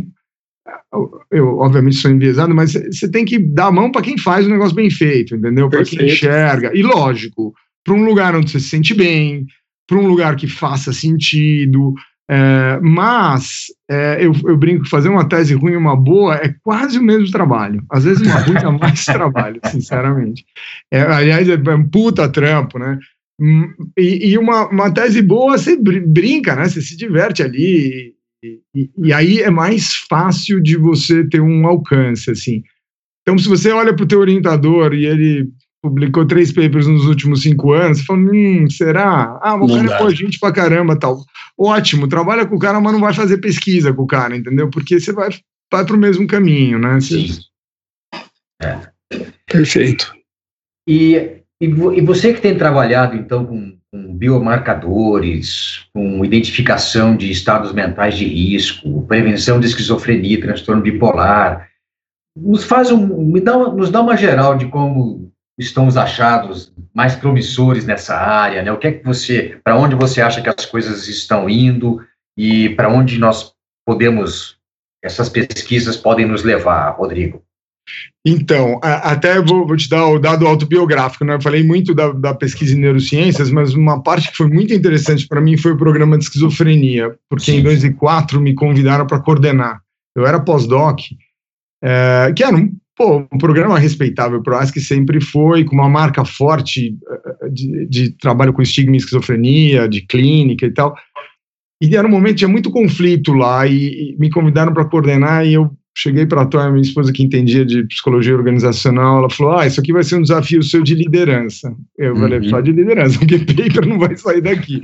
eu obviamente sou enviesado, mas você tem que dar a mão para quem faz o negócio bem feito, entendeu? Para quem enxerga. E lógico, para um lugar onde você se sente bem, para um lugar que faça sentido, é, mas é, eu, eu brinco que fazer uma tese ruim e uma boa é quase o mesmo trabalho. Às vezes uma ruim dá mais trabalho, sinceramente. É, aliás, é um puta trampo, né? E, e uma, uma tese boa, você brinca, né? Você se diverte ali, e, e, e aí é mais fácil de você ter um alcance, assim. Então, se você olha para o teu orientador e ele publicou três papers nos últimos cinco anos, você fala, hum, será? Ah, o cara é pô, gente pra caramba, tal. Ótimo, trabalha com o cara, mas não vai fazer pesquisa com o cara, entendeu? Porque você vai, vai pro mesmo caminho, né? Você... Sim. É. Perfeito. E, e, e você que tem trabalhado, então, com, com biomarcadores, com identificação de estados mentais de risco, prevenção de esquizofrenia, transtorno bipolar, nos faz um, me dá uma, nos dá uma geral de como estão os achados mais promissores nessa área, né? O que é que você, para onde você acha que as coisas estão indo e para onde nós podemos, essas pesquisas podem nos levar, Rodrigo? Então, a, até vou, vou te dar o dado autobiográfico, né? Eu falei muito da, da pesquisa em neurociências, mas uma parte que foi muito interessante para mim foi o programa de esquizofrenia, porque Sim. em dois mil e quatro me convidaram para coordenar. Eu era pós-doc, é, que era um Pô, um programa respeitável, o PROASC sempre foi, com uma marca forte de, de trabalho com estigma e esquizofrenia, de clínica e tal. E era um momento, tinha muito conflito lá, e, e me convidaram para coordenar, e eu cheguei para a Tóia, minha esposa que entendia de psicologia organizacional, ela falou, ah, isso aqui vai ser um desafio seu de liderança. Eu uhum. falei, só de liderança, porque paper não vai sair daqui.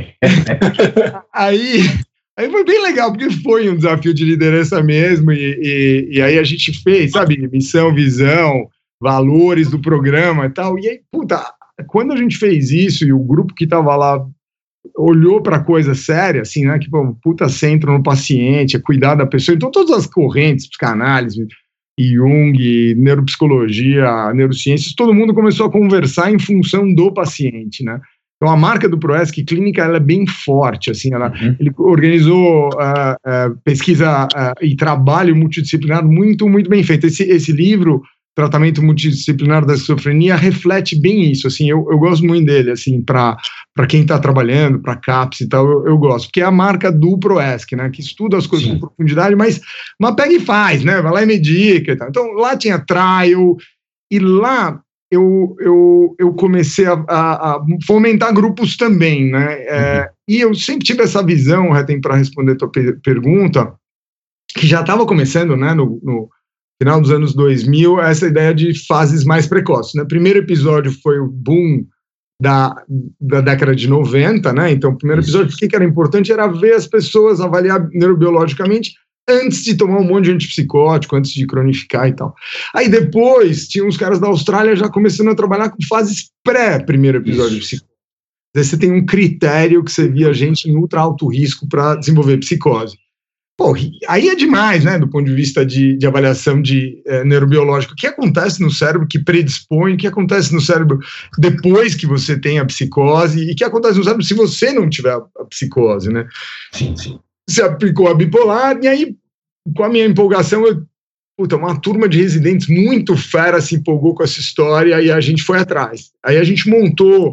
Aí... Aí foi bem legal, porque foi um desafio de liderança mesmo, e, e, e aí a gente fez, sabe, missão, visão, valores do programa e tal, e aí, puta, quando a gente fez isso, e o grupo que tava lá olhou pra coisa séria, assim, né, que, pô, puta, centro no paciente, é cuidar da pessoa, então todas as correntes, psicanálise, Jung, neuropsicologia, neurociências, todo mundo começou a conversar em função do paciente, né. Então, a marca do PROASC Clínica, ela é bem forte, assim, ela, uhum. ele organizou uh, uh, pesquisa uh, e trabalho multidisciplinar muito, muito bem feito. Esse, esse livro, Tratamento Multidisciplinar da Esquizofrenia, reflete bem isso, assim, eu, eu gosto muito dele, assim, para quem está trabalhando, para CAPS e tal, eu, eu gosto, porque é a marca do PROASC, né, que estuda as coisas Sim. com profundidade, mas, mas pega e faz, né, vai lá e medica e tal. Então, lá tinha trial, e lá... Eu, eu, eu comecei a, a, a fomentar grupos também, né? É, uhum. E eu sempre tive essa visão, Retem, para responder a tua per pergunta, que já estava começando, né, no, no final dos anos dois mil, essa ideia de fases mais precoces. Né? O primeiro episódio foi o boom da, da década de noventa, né? Então, o primeiro episódio, o que era importante era ver as pessoas avaliar neurobiologicamente antes de tomar um monte de antipsicótico, antes de cronificar e tal. Aí depois, tinha uns caras da Austrália já começando a trabalhar com fases pré-primeiro episódio de psicose. Aí você tem um critério que você via gente em ultra alto risco para desenvolver psicose. Pô, aí é demais, né, do ponto de vista de, de avaliação de é, neurobiológico. O que acontece no cérebro que predispõe, o que acontece no cérebro depois que você tem a psicose, e o que acontece no cérebro se você não tiver a psicose, né? Sim, sim. Você aplicou a bipolar, e aí, com a minha empolgação, eu, puta, uma turma de residentes muito fera se empolgou com essa história, e a gente foi atrás. Aí a gente montou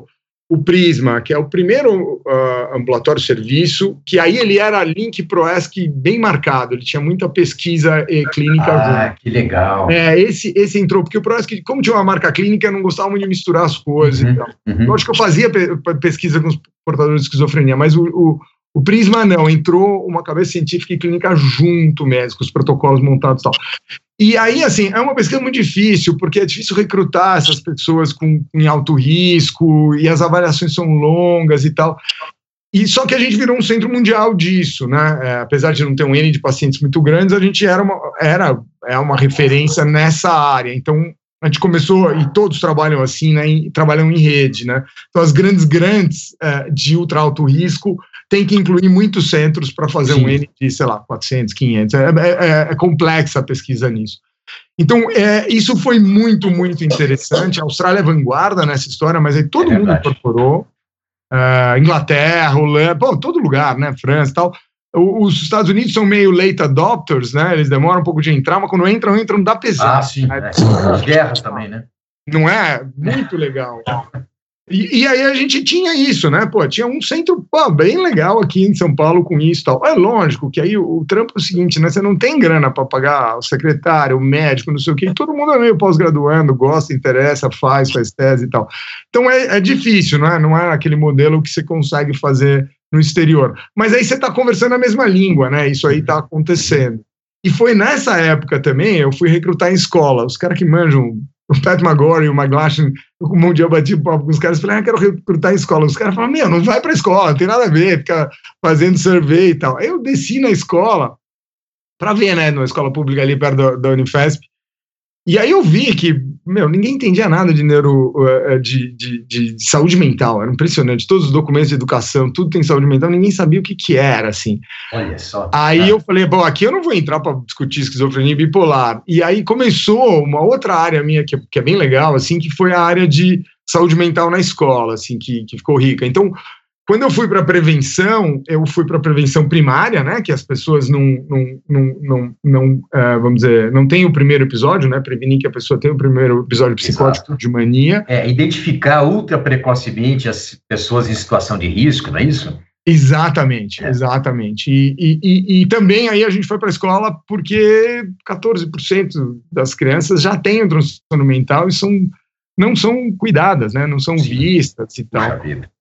o Prisma, que é o primeiro uh, ambulatório serviço, que aí ele era link ProESC bem marcado, ele tinha muita pesquisa e clínica. Ah, junto. Que legal. É, esse, esse entrou, porque o ProESC, como tinha uma marca clínica, eu não gostava muito de misturar as coisas. Uhum, e tal. Uhum. Eu acho que eu fazia pe- pesquisa com os portadores de esquizofrenia, mas o, o, o Prisma não, entrou uma cabeça científica e clínica junto mesmo, com os protocolos montados e tal. E aí, assim, é uma pesquisa muito difícil, porque é difícil recrutar essas pessoas com, em alto risco, e as avaliações são longas e tal. E só que a gente virou um centro mundial disso, né? É, apesar de não ter um N de pacientes muito grandes, a gente era uma, era, é uma referência nessa área. Então, a gente começou, e todos trabalham assim, né? Em, trabalham em rede, né? Então, as grandes grandes é, de ultra alto risco tem que incluir muitos centros para fazer Sim. um N de, sei lá, quatrocentos, quinhentos. É, é, é complexa a pesquisa nisso. Então, é, isso foi muito, muito interessante. A Austrália é vanguarda nessa história, mas aí todo é mundo incorporou. Uh, Inglaterra, Holanda, bom, todo lugar, né? França e tal. O, os Estados Unidos são meio late adopters, né? Eles demoram um pouco de entrar, mas quando entram, entram da pesada. Ah, sim. Né? É. As guerras também, né? Não é? Muito legal. E, e aí a gente tinha isso, né? Pô, tinha um centro pô, bem legal aqui em São Paulo com isso e tal. É lógico que aí o, o trampo é o seguinte, né? Você não tem grana para pagar o secretário, o médico, não sei o quê. Todo mundo é meio pós-graduando, gosta, interessa, faz, faz tese e tal. Então é, é difícil, não é? Não é aquele modelo que você consegue fazer no exterior. Mas aí você está conversando a mesma língua, né? Isso aí está acontecendo. E foi nessa época também, eu fui recrutar em escola. Os caras que manjam, o Pat McGorry e o McGlashan, um dia eu bati papo com os caras e falei, ah, quero recrutar em escola. Os caras falaram, meu, não vai pra escola, não tem nada a ver, fica fazendo survey e tal. Aí eu desci na escola, pra ver, né, numa escola pública ali perto da, da Unifesp, e aí eu vi que, meu, ninguém entendia nada de neuro, de, de, de, de saúde mental, era impressionante, todos os documentos de educação, tudo tem saúde mental, ninguém sabia o que que era, assim. Olha só. Aí é. eu falei, bom, aqui eu não vou entrar para discutir esquizofrenia bipolar, e aí começou uma outra área minha, que, que é bem legal, assim, que foi a área de saúde mental na escola, assim, que, que ficou rica. Então, quando eu fui para prevenção, eu fui para prevenção primária, né, que as pessoas não, não, não, não, não uh, vamos dizer, não tem o primeiro episódio, né, prevenir que a pessoa tem o primeiro episódio psicótico Exato. De mania. É, identificar ultra precocemente as pessoas em situação de risco, não é isso? Exatamente, é. exatamente. E, e, e, e também aí a gente foi para a escola porque catorze por cento das crianças já têm um transtorno mental e são, não são cuidadas, né, não são Sim. vistas e tal. Puxa vida.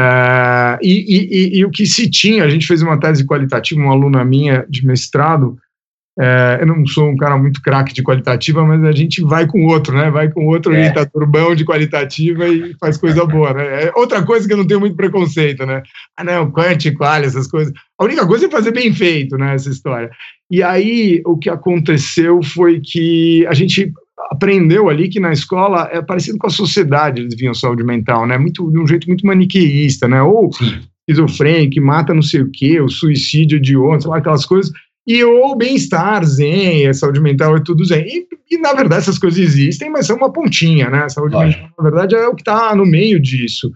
Uh, e, e, e, e o que se tinha, a gente fez uma tese qualitativa, uma aluna minha de mestrado, uh, eu não sou um cara muito craque de qualitativa, mas a gente vai com outro, né, vai com outro é. orientador bom de qualitativa e faz coisa boa, né, é outra coisa que eu não tenho muito preconceito, né, ah não, quanti, quali, essas coisas, a única coisa é fazer bem feito, né, essa história. E aí o que aconteceu foi que a gente aprendeu ali que na escola é parecido com a sociedade, eles viam saúde mental, né, muito, de um jeito muito maniqueísta, né, ou esquizofrênico, que mata não sei o quê, o suicídio de ontem, sei lá, aquelas coisas, e ou bem-estar, zen, a saúde mental é tudo zen, e, e na verdade essas coisas existem, mas são uma pontinha, né, a saúde Lógico. mental na verdade é o que está no meio disso,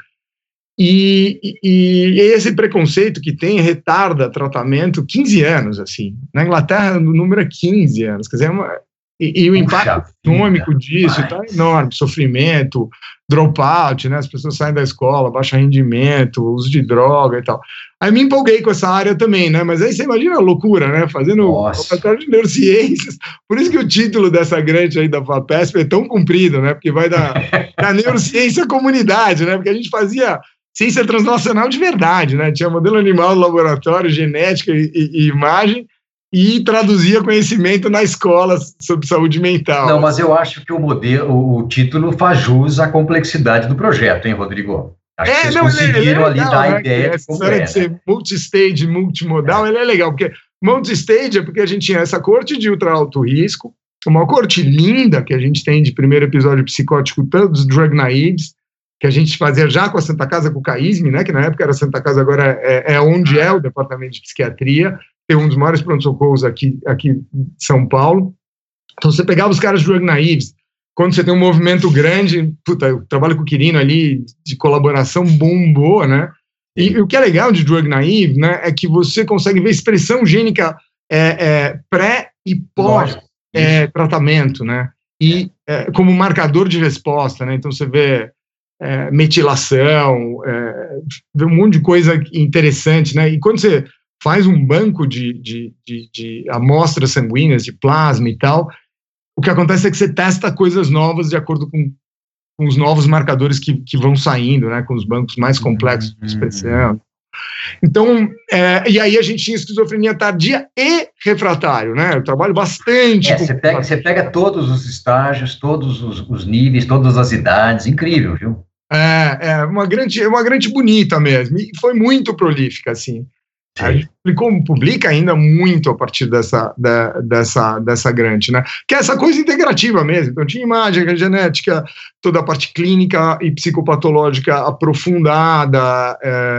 e, e, e esse preconceito que tem retarda tratamento quinze anos, assim, na Inglaterra o número é quinze anos, quer dizer, é uma E, e o impacto econômico disso está enorme, sofrimento, dropout, né, as pessoas saem da escola, baixo rendimento, uso de droga e tal. Aí me empolguei com essa área também, né, mas aí você imagina a loucura, né, fazendo laboratório de neurociências, por isso que o título dessa grande aí da FAPESP é tão comprido, né, porque vai da, da neurociência à comunidade, né, porque a gente fazia ciência transnacional de verdade, né, tinha modelo animal no laboratório, genética e, e, e imagem, e traduzia conhecimento na escola sobre saúde mental. Não, mas eu acho que o modelo, o título faz jus à complexidade do projeto, hein, Rodrigo? Acho é, que vocês não, conseguiram ele é, ele é legal, ali dar a né, ideia de como é, de ser né? multistage, multimodal, é. ele é legal, porque multistage é porque a gente tinha essa corte de ultra alto risco, uma corte linda que a gente tem de primeiro episódio psicótico, todos drug naives, que a gente fazia já com a Santa Casa, com o CAISM, né, que na época era Santa Casa, agora é, é onde é o departamento de psiquiatria, tem um dos maiores pronto-socorros aqui, aqui em São Paulo. Então, você pegava os caras de drug naives, quando você tem um movimento grande, puta, eu trabalho com o Quirino ali, de colaboração bombou, né? E, e o que é legal de drug naive, né, é que você consegue ver expressão gênica é, é, pré e pós-tratamento, é, né? E é, como marcador de resposta, né? Então, você vê é, metilação, é, vê um monte de coisa interessante, né? E quando você faz um banco de, de, de, de amostras sanguíneas, de plasma e tal, o que acontece é que você testa coisas novas de acordo com, com os novos marcadores que, que vão saindo, né? Com os bancos mais complexos de expressão. Então, é, e aí a gente tinha esquizofrenia tardia e refratário, né? Eu trabalho bastante. É, com... você, pega, você pega todos os estágios, todos os, os níveis, todas as idades, incrível, viu? É, é uma grande, uma grande bonita mesmo, e foi muito prolífica, assim. Sim. A gente publicou, publica ainda muito a partir dessa, da, dessa, dessa grande, né? Que é essa coisa integrativa mesmo. Então, tinha imagem, genética, toda a parte clínica e psicopatológica aprofundada, é,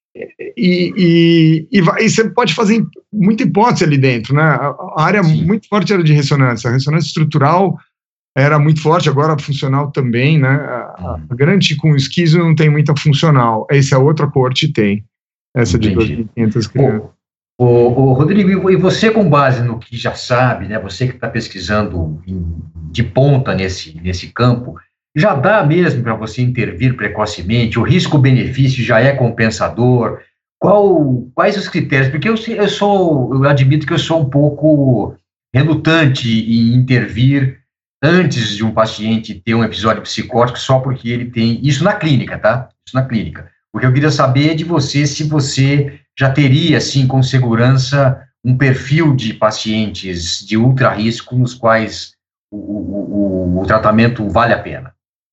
E, e, e, e você pode fazer muita hipótese ali dentro, né? A, a área Sim. muito forte era de ressonância, a ressonância estrutural era muito forte, agora funcional também, né? A, a grande com o esquizo não tem muita funcional, essa outra corte tem, essa Entendi. De dois mil e quinhentas crianças. O, o, o Rodrigo, e você com base no que já sabe, né? Você que está pesquisando em, de ponta nesse, nesse campo, já dá mesmo para você intervir precocemente? O risco-benefício já é compensador? Qual, quais os critérios? Porque eu, eu sou, eu admito que eu sou um pouco relutante em intervir antes de um paciente ter um episódio psicótico só porque ele tem isso na clínica, tá? Isso na clínica. O que eu queria saber é de você se você já teria, assim, com segurança, um perfil de pacientes de ultra risco nos quais o, o, o, o tratamento vale a pena.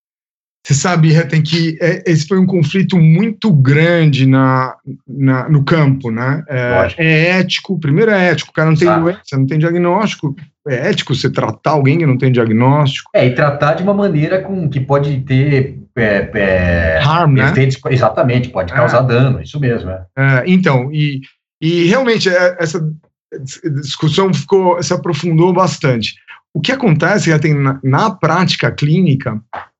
Você sabe, tem que é, esse foi um conflito muito grande na, na, no campo, né? É, é ético, primeiro é ético, o cara não tem Exato. Doença, não tem diagnóstico, é ético você tratar alguém que não tem diagnóstico. É, e tratar de uma maneira com, que pode ter é, é, harm, efeitos, né? Exatamente, pode causar é. dano, isso mesmo. É. É, então, e, e realmente essa discussão ficou, se aprofundou bastante. O que acontece é que tem na, na prática clínica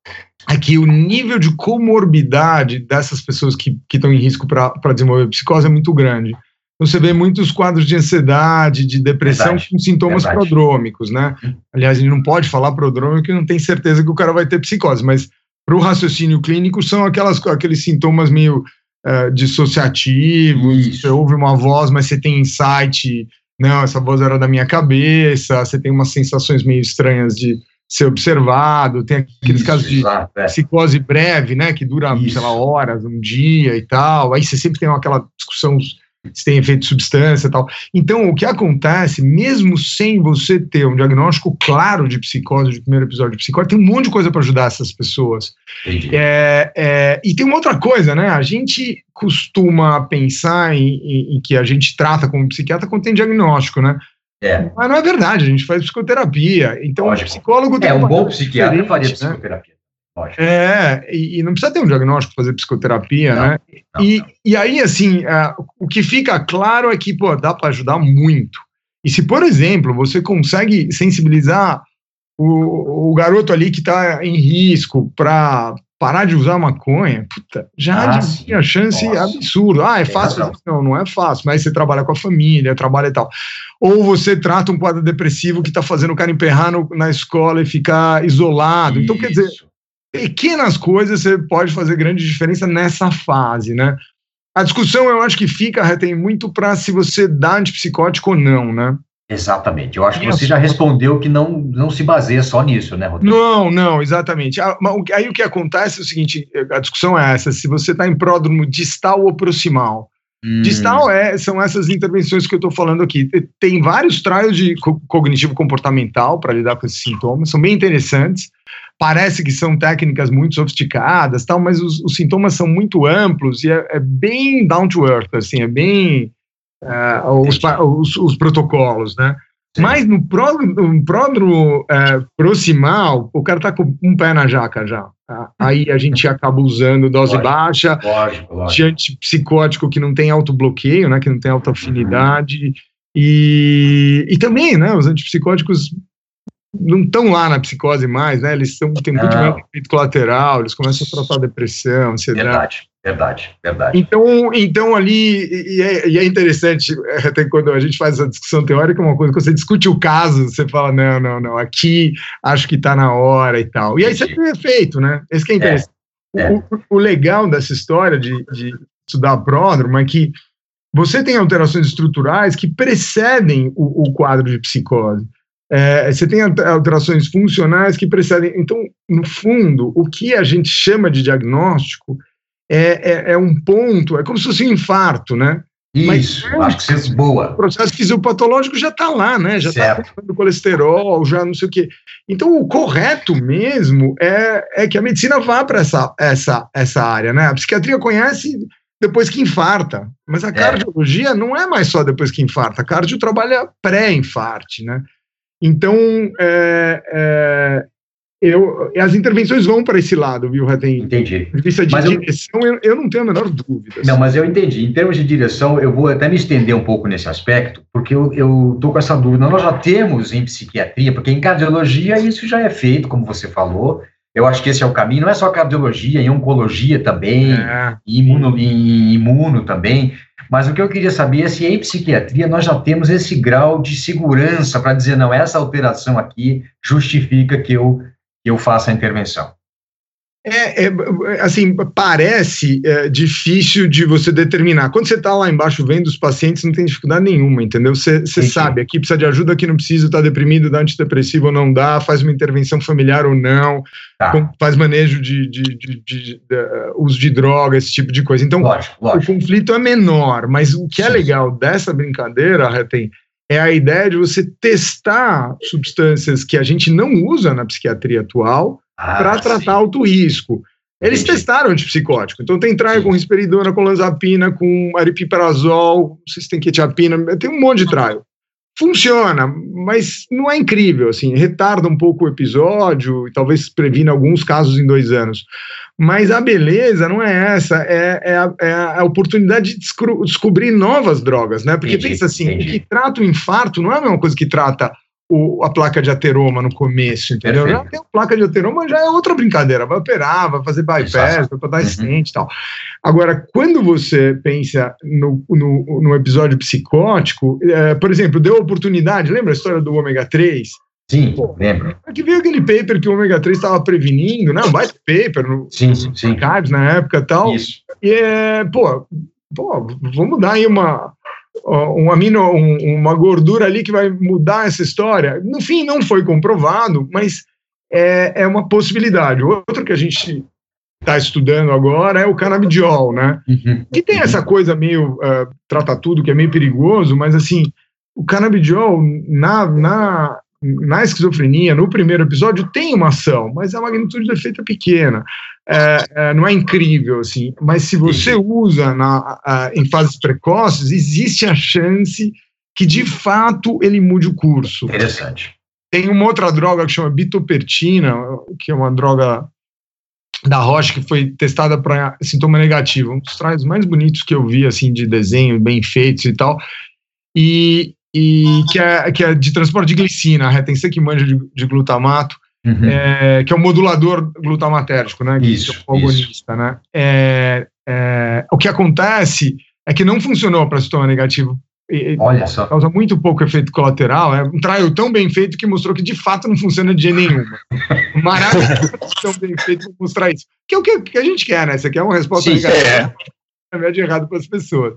é que o nível de comorbidade dessas pessoas que estão em risco para desenvolver psicose é muito grande. Então, você vê muitos quadros de ansiedade, de depressão Verdade. Com sintomas Verdade. Prodrômicos, né? Aliás, a gente não pode falar prodrômico e não tem certeza que o cara vai ter psicose, mas para o raciocínio clínico são aquelas, aqueles sintomas meio uh, dissociativos, Isso. Você ouve uma voz, mas você tem insight, não, essa voz era da minha cabeça, você tem umas sensações meio estranhas de ser observado, tem aqueles Isso, casos de exato, é. Psicose breve, né, que dura, Isso. sei lá, horas, um dia e tal, aí você sempre tem aquela discussão se tem efeito de substância e tal. Então, o que acontece, mesmo sem você ter um diagnóstico claro de psicose, de primeiro episódio de psicose, tem um monte de coisa para ajudar essas pessoas. É, é, e tem uma outra coisa, né, a gente costuma pensar em, em, em que a gente trata como psiquiatra quando tem diagnóstico, né, É. Mas não é verdade, a gente faz psicoterapia. Então, Lógico. O psicólogo tem É, um bom psiquiatra faria psicoterapia. Né? É, e, e não precisa ter um diagnóstico para fazer psicoterapia, não, né? Não, e, não. e aí, assim, uh, o que fica claro é que, pô, dá para ajudar muito. E se, por exemplo, você consegue sensibilizar o, o garoto ali que está em risco para parar de usar maconha, puta, já ah, a chance Nossa. absurda. Ah, é fácil? Não, não é fácil, mas você trabalha com a família, trabalha e tal. Ou você trata um quadro depressivo que está fazendo o cara emperrar no, na escola e ficar isolado. Isso. Então, quer dizer, pequenas coisas você pode fazer grande diferença nessa fase, né? A discussão, eu acho que fica, tem muito para se você dá antipsicótico ou não, né? Exatamente. Eu acho que você já respondeu que não, não se baseia só nisso, né, Rodrigo? Não, não, exatamente. Aí o que acontece é o seguinte, a discussão é essa, se você está em pródromo distal ou proximal. Hum. Distal é, são essas intervenções que eu estou falando aqui. Tem vários trials de cognitivo comportamental para lidar com esses sintomas, são bem interessantes. Parece que são técnicas muito sofisticadas, tal, mas os, os sintomas são muito amplos e é, é bem down to earth, assim, é bem uh, os, os, os protocolos, né? Sim. Mas no pródromo, pródromo uh, proximal, o cara tá com um pé na jaca já. Tá? Aí a gente acaba usando dose lógico, baixa, lógico, lógico. de antipsicótico que não tem autobloqueio, né? Que não tem alta afinidade. Uhum. E, e também, né? Os antipsicóticos não estão lá na psicose mais, né? Eles são, têm muito mais efeito colateral, eles começam a tratar depressão, ansiedade. Verdade, verdade, verdade. Então, então ali, e é, e é interessante, até quando a gente faz essa discussão teórica, uma coisa, quando você discute o caso, você fala, não, não, não, aqui acho que está na hora e tal. E aí você tem efeito, né? Esse que é interessante. É. O, o legal dessa história de, de estudar pródromo é que você tem alterações estruturais que precedem o, o quadro de psicose. É, você tem alterações funcionais que precedem. Então, no fundo, o que a gente chama de diagnóstico é, é, é um ponto, é como se fosse um infarto, né? Isso, mas, acho que você é boa. O processo fisiopatológico já está lá, né? Já está com colesterol, já não sei o quê. Então, o correto mesmo é, é que a medicina vá para essa, essa, essa área, né? A psiquiatria conhece depois que infarta, mas a é. cardiologia não é mais só depois que infarta, a cardio trabalha pré-infarte, né? Então, é, é, eu, as intervenções vão para esse lado, viu, Ratem? Entendi. De vista de mas direção, eu, eu não tenho a menor dúvida. Não, mas eu entendi. Em termos de direção, eu vou até me estender um pouco nesse aspecto, porque eu estou com essa dúvida. Nós já temos em psiquiatria, porque em cardiologia isso já é feito, como você falou. Eu acho que esse é o caminho. Não é só cardiologia, em oncologia também, é. em, imuno, em imuno também. Mas o que eu queria saber é se em psiquiatria nós já temos esse grau de segurança para dizer, não, essa alteração aqui justifica que eu, que eu faça a intervenção. É, é assim, parece é, difícil de você determinar. Quando você está lá embaixo vendo os pacientes, não tem dificuldade nenhuma, entendeu? Você sabe, aqui precisa de ajuda, aqui não precisa, está deprimido, dá antidepressivo ou não dá, faz uma intervenção familiar ou não, tá. faz manejo de, de, de, de, de, de uh, uso de droga, esse tipo de coisa. Então, lógico, lógico. O conflito é menor, mas o que Sim. é legal dessa brincadeira, Ratem, é a ideia de você testar substâncias que a gente não usa na psiquiatria atual, Ah, para tratar alto risco. Eles Entendi. testaram antipsicótico, então tem trial com risperidona, com lanzapina, com aripiprazol, não sei se tem quetiapina, tem um monte de trial. Funciona, mas não é incrível, assim, retarda um pouco o episódio e talvez previna alguns casos em dois anos. Mas a beleza não é essa, é, é, a, é a oportunidade de descru- descobrir novas drogas, né? Porque Entendi. pensa assim, Entendi. o que trata o infarto não é a mesma coisa que trata O, a placa de ateroma no começo, entendeu? Já tem a placa de ateroma, já é outra brincadeira, vai operar, vai fazer bypass, vai dar stent e tal. Agora, quando você pensa no, no, no episódio psicótico, é, por exemplo, deu oportunidade, lembra a história do ômega três? Sim, Pô, lembro. Que veio aquele paper que o ômega três estava prevenindo, né? Um baita paper no sim, sim, sim. Archives na época e tal. Isso. E, é, pô, pô, vamos dar aí uma... Um amino, um, uma gordura ali que vai mudar essa história. No fim, não foi comprovado, mas é, é uma possibilidade. Outro que a gente está estudando agora é o canabidiol, né? Uhum. Que tem essa coisa meio uh, trata tudo, que é meio perigoso, mas assim, o canabidiol na, na, na esquizofrenia, no primeiro episódio, tem uma ação, mas a magnitude do efeito é pequena. É, é, não é incrível, assim, mas se você usa na, a, em fases precoces, existe a chance que, de fato, ele mude o curso. Interessante. Tem uma outra droga que chama bitopertina, que é uma droga da Roche que foi testada para sintoma negativo, um dos trajes mais bonitos que eu vi, assim, de desenho, bem feitos e tal, e, e que, é, que é de transporte de glicina, a retenção que manja de, de glutamato, Uhum. É, que é o modulador glutamatérgico, né? Que isso, é o agonista, né? É, é, o que acontece é que não funcionou para sintoma negativo. E, Olha só. Causa muito pouco efeito colateral. É um trial tão bem feito que mostrou que de fato não funciona de jeito nenhum. Maravilhoso, tão bem feito para mostrar isso. Que é o que, que a gente quer, né? Você quer uma resposta Sim, negativa, é de errado para as pessoas.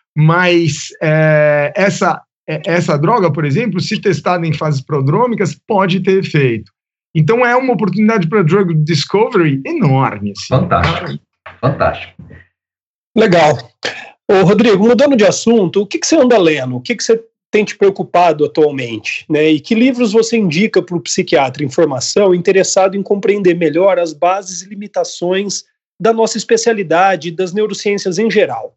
Mas é, essa, essa droga, por exemplo, se testada em fases prodrômicas, pode ter efeito. Então é uma oportunidade para drug discovery enorme. Assim. Fantástico, fantástico. Legal. Ô, Rodrigo, mudando de assunto, o que, que você anda lendo? O que, que você tem te preocupado atualmente? Né? E que livros você indica para o psiquiatra em formação interessado em compreender melhor as bases e limitações da nossa especialidade e das neurociências em geral?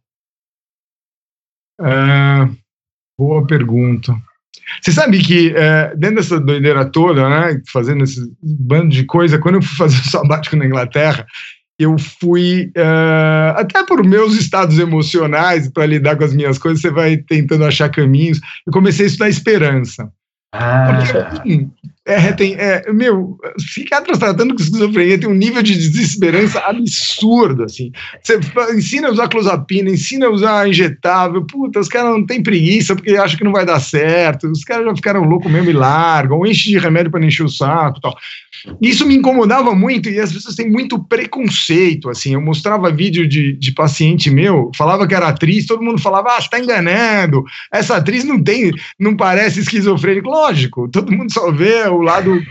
Uh, boa pergunta. Você sabe que, é, dentro dessa doideira toda, né, fazendo esse bando de coisa, quando eu fui fazer o sabático na Inglaterra, eu fui, é, até por meus estados emocionais, para lidar com as minhas coisas, você vai tentando achar caminhos, eu comecei a estudar esperança. Ah. Porque, assim, É, tem, é, meu, psiquiatras tratando com esquizofrenia tem um nível de desesperança absurdo, assim. Você ensina a usar clozapina, ensina a usar injetável, puta, os caras não têm preguiça porque acham que não vai dar certo, os caras já ficaram loucos mesmo e largam, ou enchem de remédio para não encher o saco e tal. Isso me incomodava muito e as pessoas têm muito preconceito, assim. Eu mostrava vídeo de, de paciente meu, falava que era atriz, todo mundo falava, ah, você tá enganando, essa atriz não tem, não parece esquizofrênico. Lógico, todo mundo só vê o lado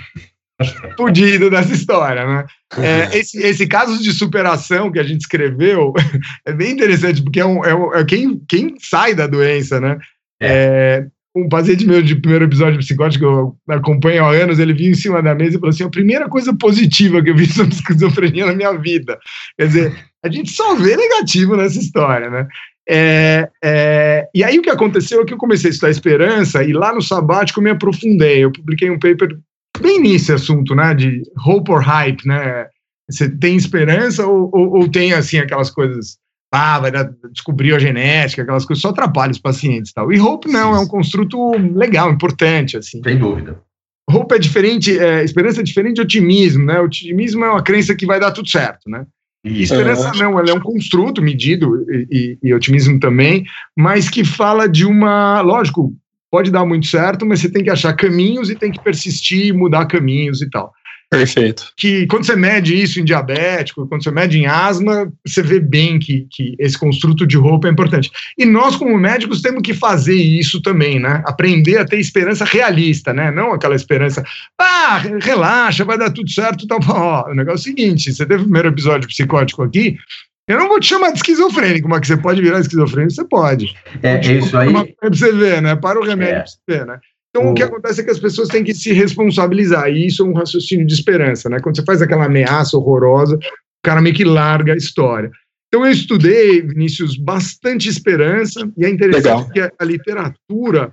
fudido dessa história, né? É, esse, esse caso de superação que a gente escreveu é bem interessante, porque é, um, é, um, é quem, quem sai da doença, né? É, um paciente meu de primeiro episódio psicótico que eu acompanho há anos, ele vinha em cima da mesa e falou assim, a primeira coisa positiva que eu vi sobre esquizofrenia na minha vida. Quer dizer, a gente só vê negativo nessa história, né? É, é, e aí o que aconteceu é que eu comecei a estudar esperança e lá no sabático eu me aprofundei, eu publiquei um paper bem nesse assunto, né, de hope or hype, né, você tem esperança ou, ou, ou tem assim aquelas coisas, ah, vai dar, descobrir a genética, aquelas coisas, só atrapalha os pacientes e tal, e hope não, é um construto legal, importante, assim. Sem dúvida. Hope é diferente, é, esperança é diferente de otimismo, né, otimismo é uma crença que vai dar tudo certo, né. E esperança não, ela é um construto medido, e, e, e otimismo também, mas que fala de uma, lógico, pode dar muito certo, mas você tem que achar caminhos e tem que persistir, mudar caminhos e tal. Perfeito. Que quando você mede isso em diabético, quando você mede em asma, você vê bem que, que esse construto de hope é importante. E nós, como médicos, temos que fazer isso também, né? Aprender a ter esperança realista, né? Não aquela esperança, ah, relaxa, vai dar tudo certo, tá bom. Ó, o negócio é o seguinte, você teve o primeiro episódio psicótico aqui, eu não vou te chamar de esquizofrênico, mas que você pode virar esquizofrênico, você pode. É, te isso aí. Pra você ver, né? Para o remédio É. pra você ver, né? Então, O... o que acontece é que as pessoas têm que se responsabilizar, e isso é um raciocínio de esperança, né? Quando você faz aquela ameaça horrorosa, o cara meio que larga a história. Então, eu estudei, Vinícius, bastante esperança, e é interessante Legal. que a, a literatura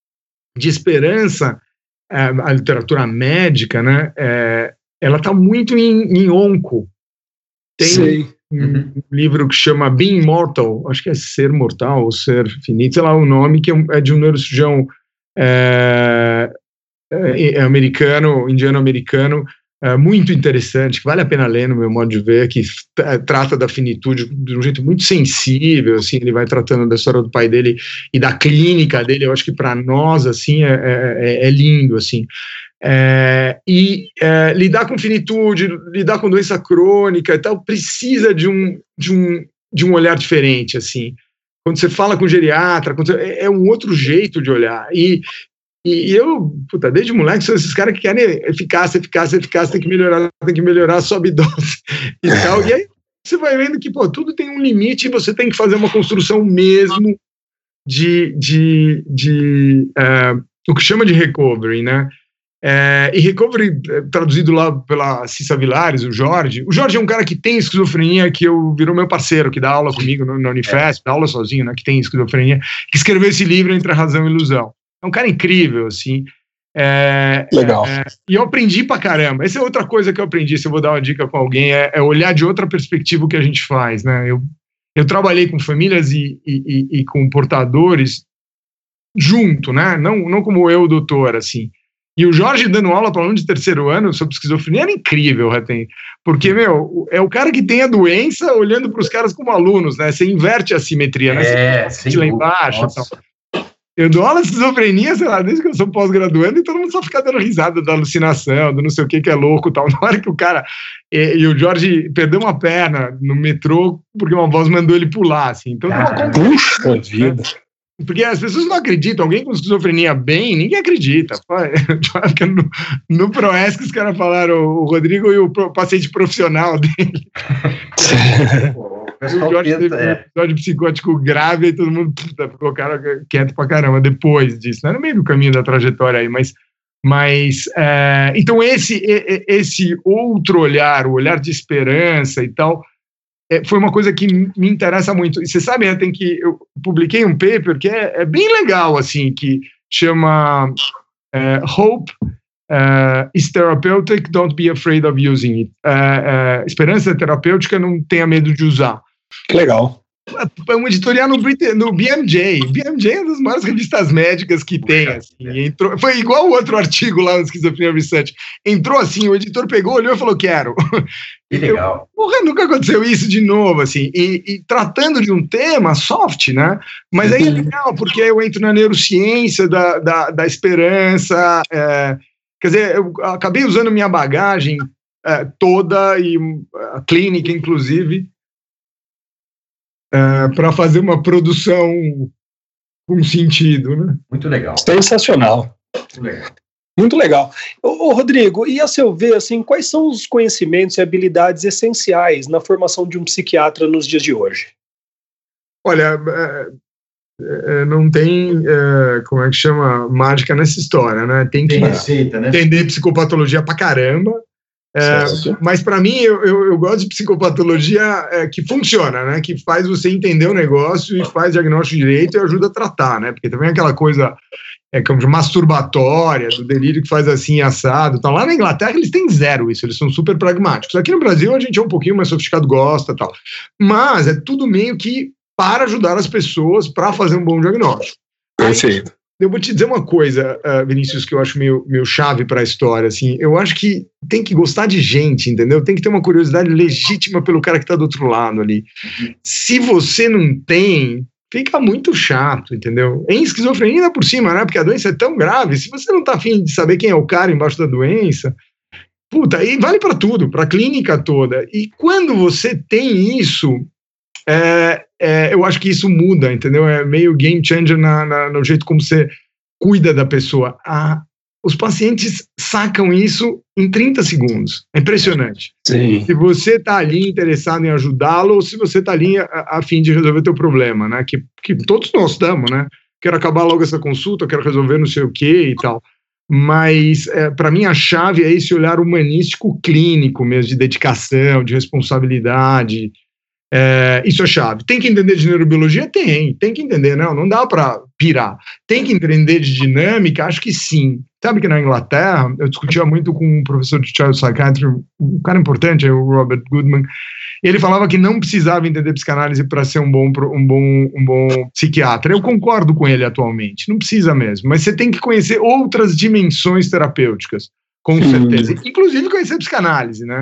de esperança, é, a literatura médica, né? É, ela está muito em, em onco. Tem Sei. um uhum. livro que chama Being Mortal, acho que é Ser Mortal ou Ser Finito, sei lá o nome, que é, um, é de um neurocirurgião É, é, é americano, indiano-americano, é, muito interessante, que vale a pena ler no meu modo de ver, que é, trata da finitude de um jeito muito sensível, assim, ele vai tratando da história do pai dele e da clínica dele, eu acho que para nós, assim, é, é, é lindo, assim. É, e é, lidar com finitude, lidar com doença crônica e tal, precisa de um, de um, de um olhar diferente, assim. Quando você fala com geriatra, quando você, é um outro jeito de olhar. E, e, e eu, puta, desde moleque, sou esses caras que querem eficácia, eficácia, eficácia, tem que melhorar, tem que melhorar, sobe dose e tal. E aí você vai vendo que, pô, tudo tem um limite e você tem que fazer uma construção mesmo de, de, de uh, o que chama de recovery, né? É, e recovery, traduzido lá pela Cissa Vilares, o Jorge. O Jorge é um cara que tem esquizofrenia, que eu virou meu parceiro, que dá aula comigo no, na Unifesp, dá aula sozinho, né, que tem esquizofrenia, que escreveu esse livro Entre a Razão e a Ilusão. É um cara incrível, assim. É, Legal. É, e eu aprendi pra caramba. Essa é outra coisa que eu aprendi, se eu vou dar uma dica com alguém, é, é olhar de outra perspectiva o que a gente faz, né? Eu, eu trabalhei com famílias e, e, e, e com portadores junto, né? Não, não como eu, doutor, assim. E o Jorge dando aula para aluno de terceiro ano sobre esquizofrenia era incrível, Ratem, porque, meu, é o cara que tem a doença olhando para os caras como alunos, né? Você inverte a simetria, né? É, você lá embaixo. Então. Eu dou aula de esquizofrenia, sei lá, desde que eu sou pós-graduando, e todo mundo só fica dando risada da alucinação, do não sei o que que é louco e tal. Na hora que o cara... E, e o Jorge perdeu uma perna no metrô porque uma voz mandou ele pular, assim. Então, ah, puxa né? vida! Porque as pessoas não acreditam, alguém com esquizofrenia bem, ninguém acredita. No, no ProESC os caras falaram o Rodrigo e o pro, paciente profissional dele. O Jorge teve um episódio psicótico grave e todo mundo puta, ficou cara quieto pra caramba depois disso. Não era no meio do caminho da trajetória aí, mas... mas é, então esse, esse outro olhar, o olhar de esperança e tal... É, foi uma coisa que me interessa muito. E você sabe, né, tem que eu publiquei um paper que é, é bem legal, assim, que chama é, Hope uh, is Therapeutic, Don't Be Afraid of Using It. Uh, uh, esperança terapêutica, não tenha medo de usar. Que legal. um editorial no, no B M J. B M J é uma das maiores revistas médicas que tem. Assim, entrou, foi igual o outro artigo lá no Schizophrenia Research. Entrou assim, o editor pegou, olhou e falou, quero. Que legal. Eu, porra, nunca aconteceu isso de novo, assim. E, e tratando de um tema soft, né? Mas aí é legal, porque eu entro na neurociência da, da, da esperança. É, quer dizer, eu acabei usando minha bagagem é, toda, e a clínica, inclusive, Uh, para fazer uma produção com sentido, né? Muito legal. Sensacional. Muito legal. Muito legal. Ô, ô, Rodrigo, e a seu ver, assim, quais são os conhecimentos e habilidades essenciais na formação de um psiquiatra nos dias de hoje? Olha, é, é, não tem, é, como é que chama, mágica nessa história, né? Tem que tem receita, né? entender psicopatologia pra caramba. É, mas para mim eu, eu, eu gosto de psicopatologia é, que funciona, né? Que faz você entender o negócio e faz diagnóstico direito e ajuda a tratar, né? Porque também aquela coisa é, como de masturbatória, do delírio que faz assim assado, tá. Lá na Inglaterra eles têm zero isso, eles são super pragmáticos. Aqui no Brasil a gente é um pouquinho mais sofisticado, gosta, tal. Mas é tudo meio que para ajudar as pessoas para fazer um bom diagnóstico. Perfeito. Eu vou te dizer uma coisa, uh, Vinícius, que eu acho meio, meio chave para a história, assim, eu acho que tem que gostar de gente, entendeu? Tem que ter uma curiosidade legítima pelo cara que está do outro lado ali. Se você não tem, fica muito chato, entendeu? Em esquizofrenia ainda por cima, né? Porque a doença é tão grave, se você não tá afim de saber quem é o cara embaixo da doença, puta, aí vale para tudo, para a clínica toda. E quando você tem isso, é, é, eu acho que isso muda, entendeu? É meio game changer na, na, no jeito como você cuida da pessoa. Ah, os pacientes sacam isso em trinta segundos. É impressionante. Sim. Se você está ali interessado em ajudá-lo ou se você está ali a, a fim de resolver o teu problema, né? Que, que todos nós estamos, né? Quero acabar logo essa consulta, quero resolver não sei o que e tal. Mas, é, para mim, a chave é esse olhar humanístico clínico mesmo, de dedicação, de responsabilidade. É, isso é chave. Tem que entender de neurobiologia? Tem, tem que entender, não, não dá para pirar. Tem que entender de dinâmica? Acho que sim. Sabe que na Inglaterra, eu discutia muito com um professor de Child Psychiatry, um cara importante, é o Robert Goodman, e ele falava que não precisava entender psicanálise para ser um bom, um, bom, um bom psiquiatra. Eu concordo com ele atualmente, não precisa mesmo, mas você tem que conhecer outras dimensões terapêuticas, com hum. certeza, inclusive conhecer psicanálise, né?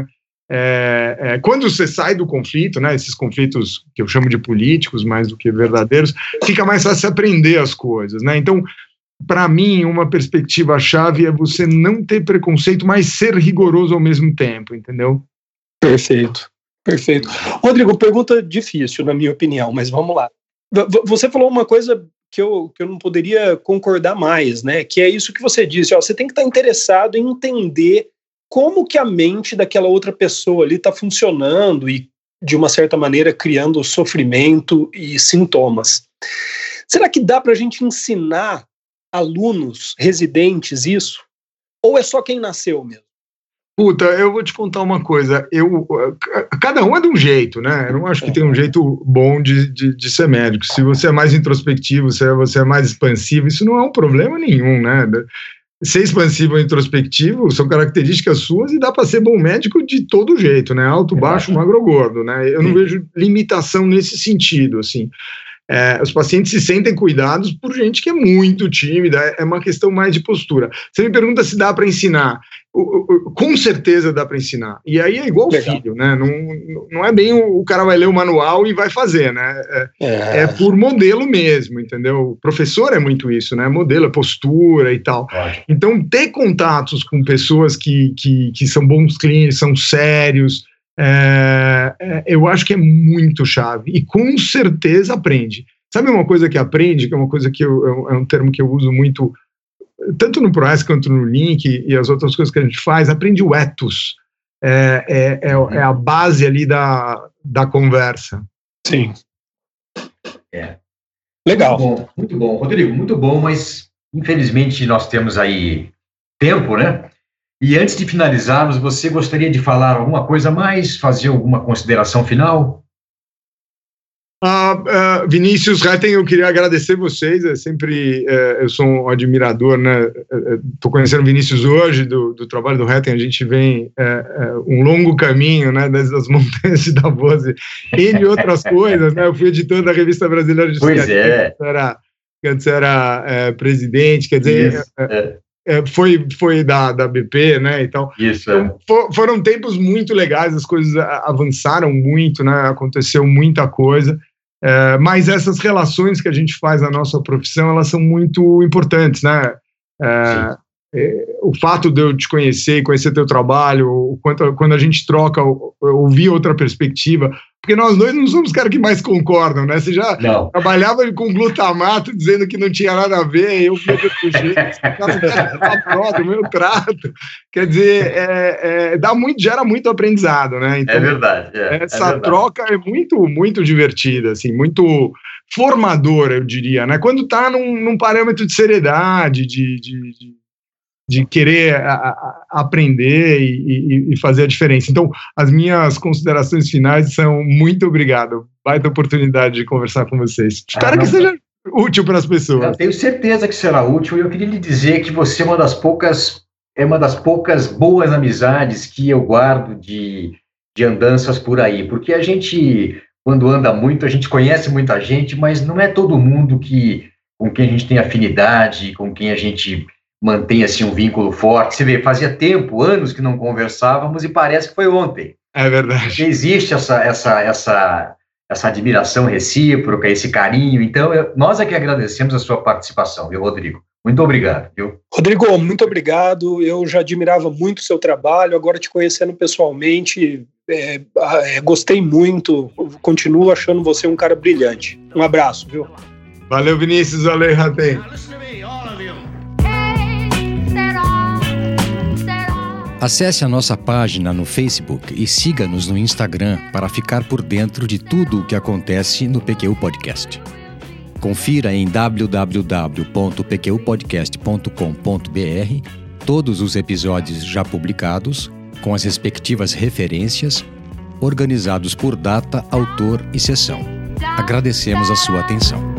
É, é, quando você sai do conflito, né, esses conflitos que eu chamo de políticos mais do que verdadeiros, fica mais fácil aprender as coisas, né? Então, para mim, uma perspectiva-chave é você não ter preconceito, mas ser rigoroso ao mesmo tempo, entendeu? Perfeito, perfeito. Rodrigo, pergunta difícil, na minha opinião, mas vamos lá. Você falou uma coisa que eu, que eu não poderia concordar mais, né? Que é isso que você disse, ó, você tem que estar interessado em entender como que a mente daquela outra pessoa ali está funcionando e, de uma certa maneira, criando sofrimento e sintomas. Será que dá para a gente ensinar alunos, residentes, isso? Ou é só quem nasceu mesmo? Puta, eu vou te contar uma coisa. Eu, cada um é de um jeito, né? Eu não acho que tem um jeito bom de, de, de ser médico. Se você é mais introspectivo, se você é mais expansivo, isso não é um problema nenhum, né? Ser expansivo ou introspectivo são características suas e dá para ser bom médico de todo jeito, né? Alto, baixo, magro, gordo, né? Eu não vejo limitação nesse sentido, assim. É, os pacientes se sentem cuidados por gente que é muito tímida, é uma questão mais de postura. Você me pergunta se dá para ensinar. O, o, com certeza dá para ensinar. E aí é igual Legal. filho, né? Não, não é bem o, o cara vai ler o manual e vai fazer, né? É, é. é por modelo mesmo, entendeu? O professor é muito isso, né? Modelo, é postura e tal. Ótimo. Então, ter contatos com pessoas que, que, que são bons clínicos, são sérios, É, é, eu acho que é muito chave e com certeza aprende. Sabe uma coisa que aprende, que é uma coisa que eu, é um termo que eu uso muito, tanto no ProES quanto no Link e as outras coisas que a gente faz, aprende o ethos, é, é, é, é a base ali da, da conversa. Sim. É. Legal. Muito bom, muito bom. Rodrigo, muito bom, mas infelizmente nós temos aí tempo, né? E antes de finalizarmos, você gostaria de falar alguma coisa a mais, fazer alguma consideração final? Uh, uh, Vinícius, Retten, eu queria agradecer vocês, é sempre, uh, eu sou um admirador, né, estou uh, conhecendo o Vinícius hoje, do, do trabalho do Retten, a gente vem uh, uh, um longo caminho, né, das, das montanhas de Davos e entre outras coisas, né, eu fui editor da Revista Brasileira de Pois é. Antes era, antes era uh, presidente, quer dizer... Isso, uh, é. Foi, foi da, da B P, né, então, Isso, então é. for, foram tempos muito legais, as coisas avançaram muito, né, aconteceu muita coisa, é, mas essas relações que a gente faz na nossa profissão, elas são muito importantes, né, é, é, o fato de eu te conhecer, conhecer teu trabalho, o quanto, quando a gente troca, ouvir outra perspectiva, porque nós dois não somos os caras que mais concordam, né? Você já não. trabalhava com glutamato, dizendo que não tinha nada a ver, eu via do outro jeito, o meu trato. Quer dizer, é, é, dá muito, gera muito aprendizado, né? Então, é verdade. É, essa é verdade. troca é muito, muito divertida, assim, muito formadora, eu diria, né? Quando está num, num parâmetro de seriedade, de, de, de de querer a, a, aprender e, e, e fazer a diferença. Então, as minhas considerações finais são muito obrigado. Baita oportunidade de conversar com vocês. Espero ah, que seja útil para as pessoas. Eu tenho certeza que será útil. E eu queria lhe dizer que você é uma das poucas, é uma das poucas boas amizades que eu guardo de, de andanças por aí. Porque a gente, quando anda muito, a gente conhece muita gente, mas não é todo mundo que, com quem a gente tem afinidade, com quem a gente mantém assim um vínculo forte. Você vê, fazia tempo, anos que não conversávamos e parece que foi ontem. É verdade. Porque existe essa, essa, essa, essa admiração recíproca, esse carinho. Então, eu, nós é que agradecemos a sua participação, viu, Rodrigo? Muito obrigado, viu? Rodrigo, muito obrigado. Eu já admirava muito o seu trabalho, agora te conhecendo pessoalmente, é, é, gostei muito, continuo achando você um cara brilhante. Um abraço, viu? Valeu, Vinícius, valeu, Retten. Acesse a nossa página no Facebook e siga-nos no Instagram para ficar por dentro de tudo o que acontece no P Q U Podcast. Confira em w w w ponto p q u podcast ponto com ponto b r todos os episódios já publicados, com as respectivas referências, organizados por data, autor e sessão. Agradecemos a sua atenção.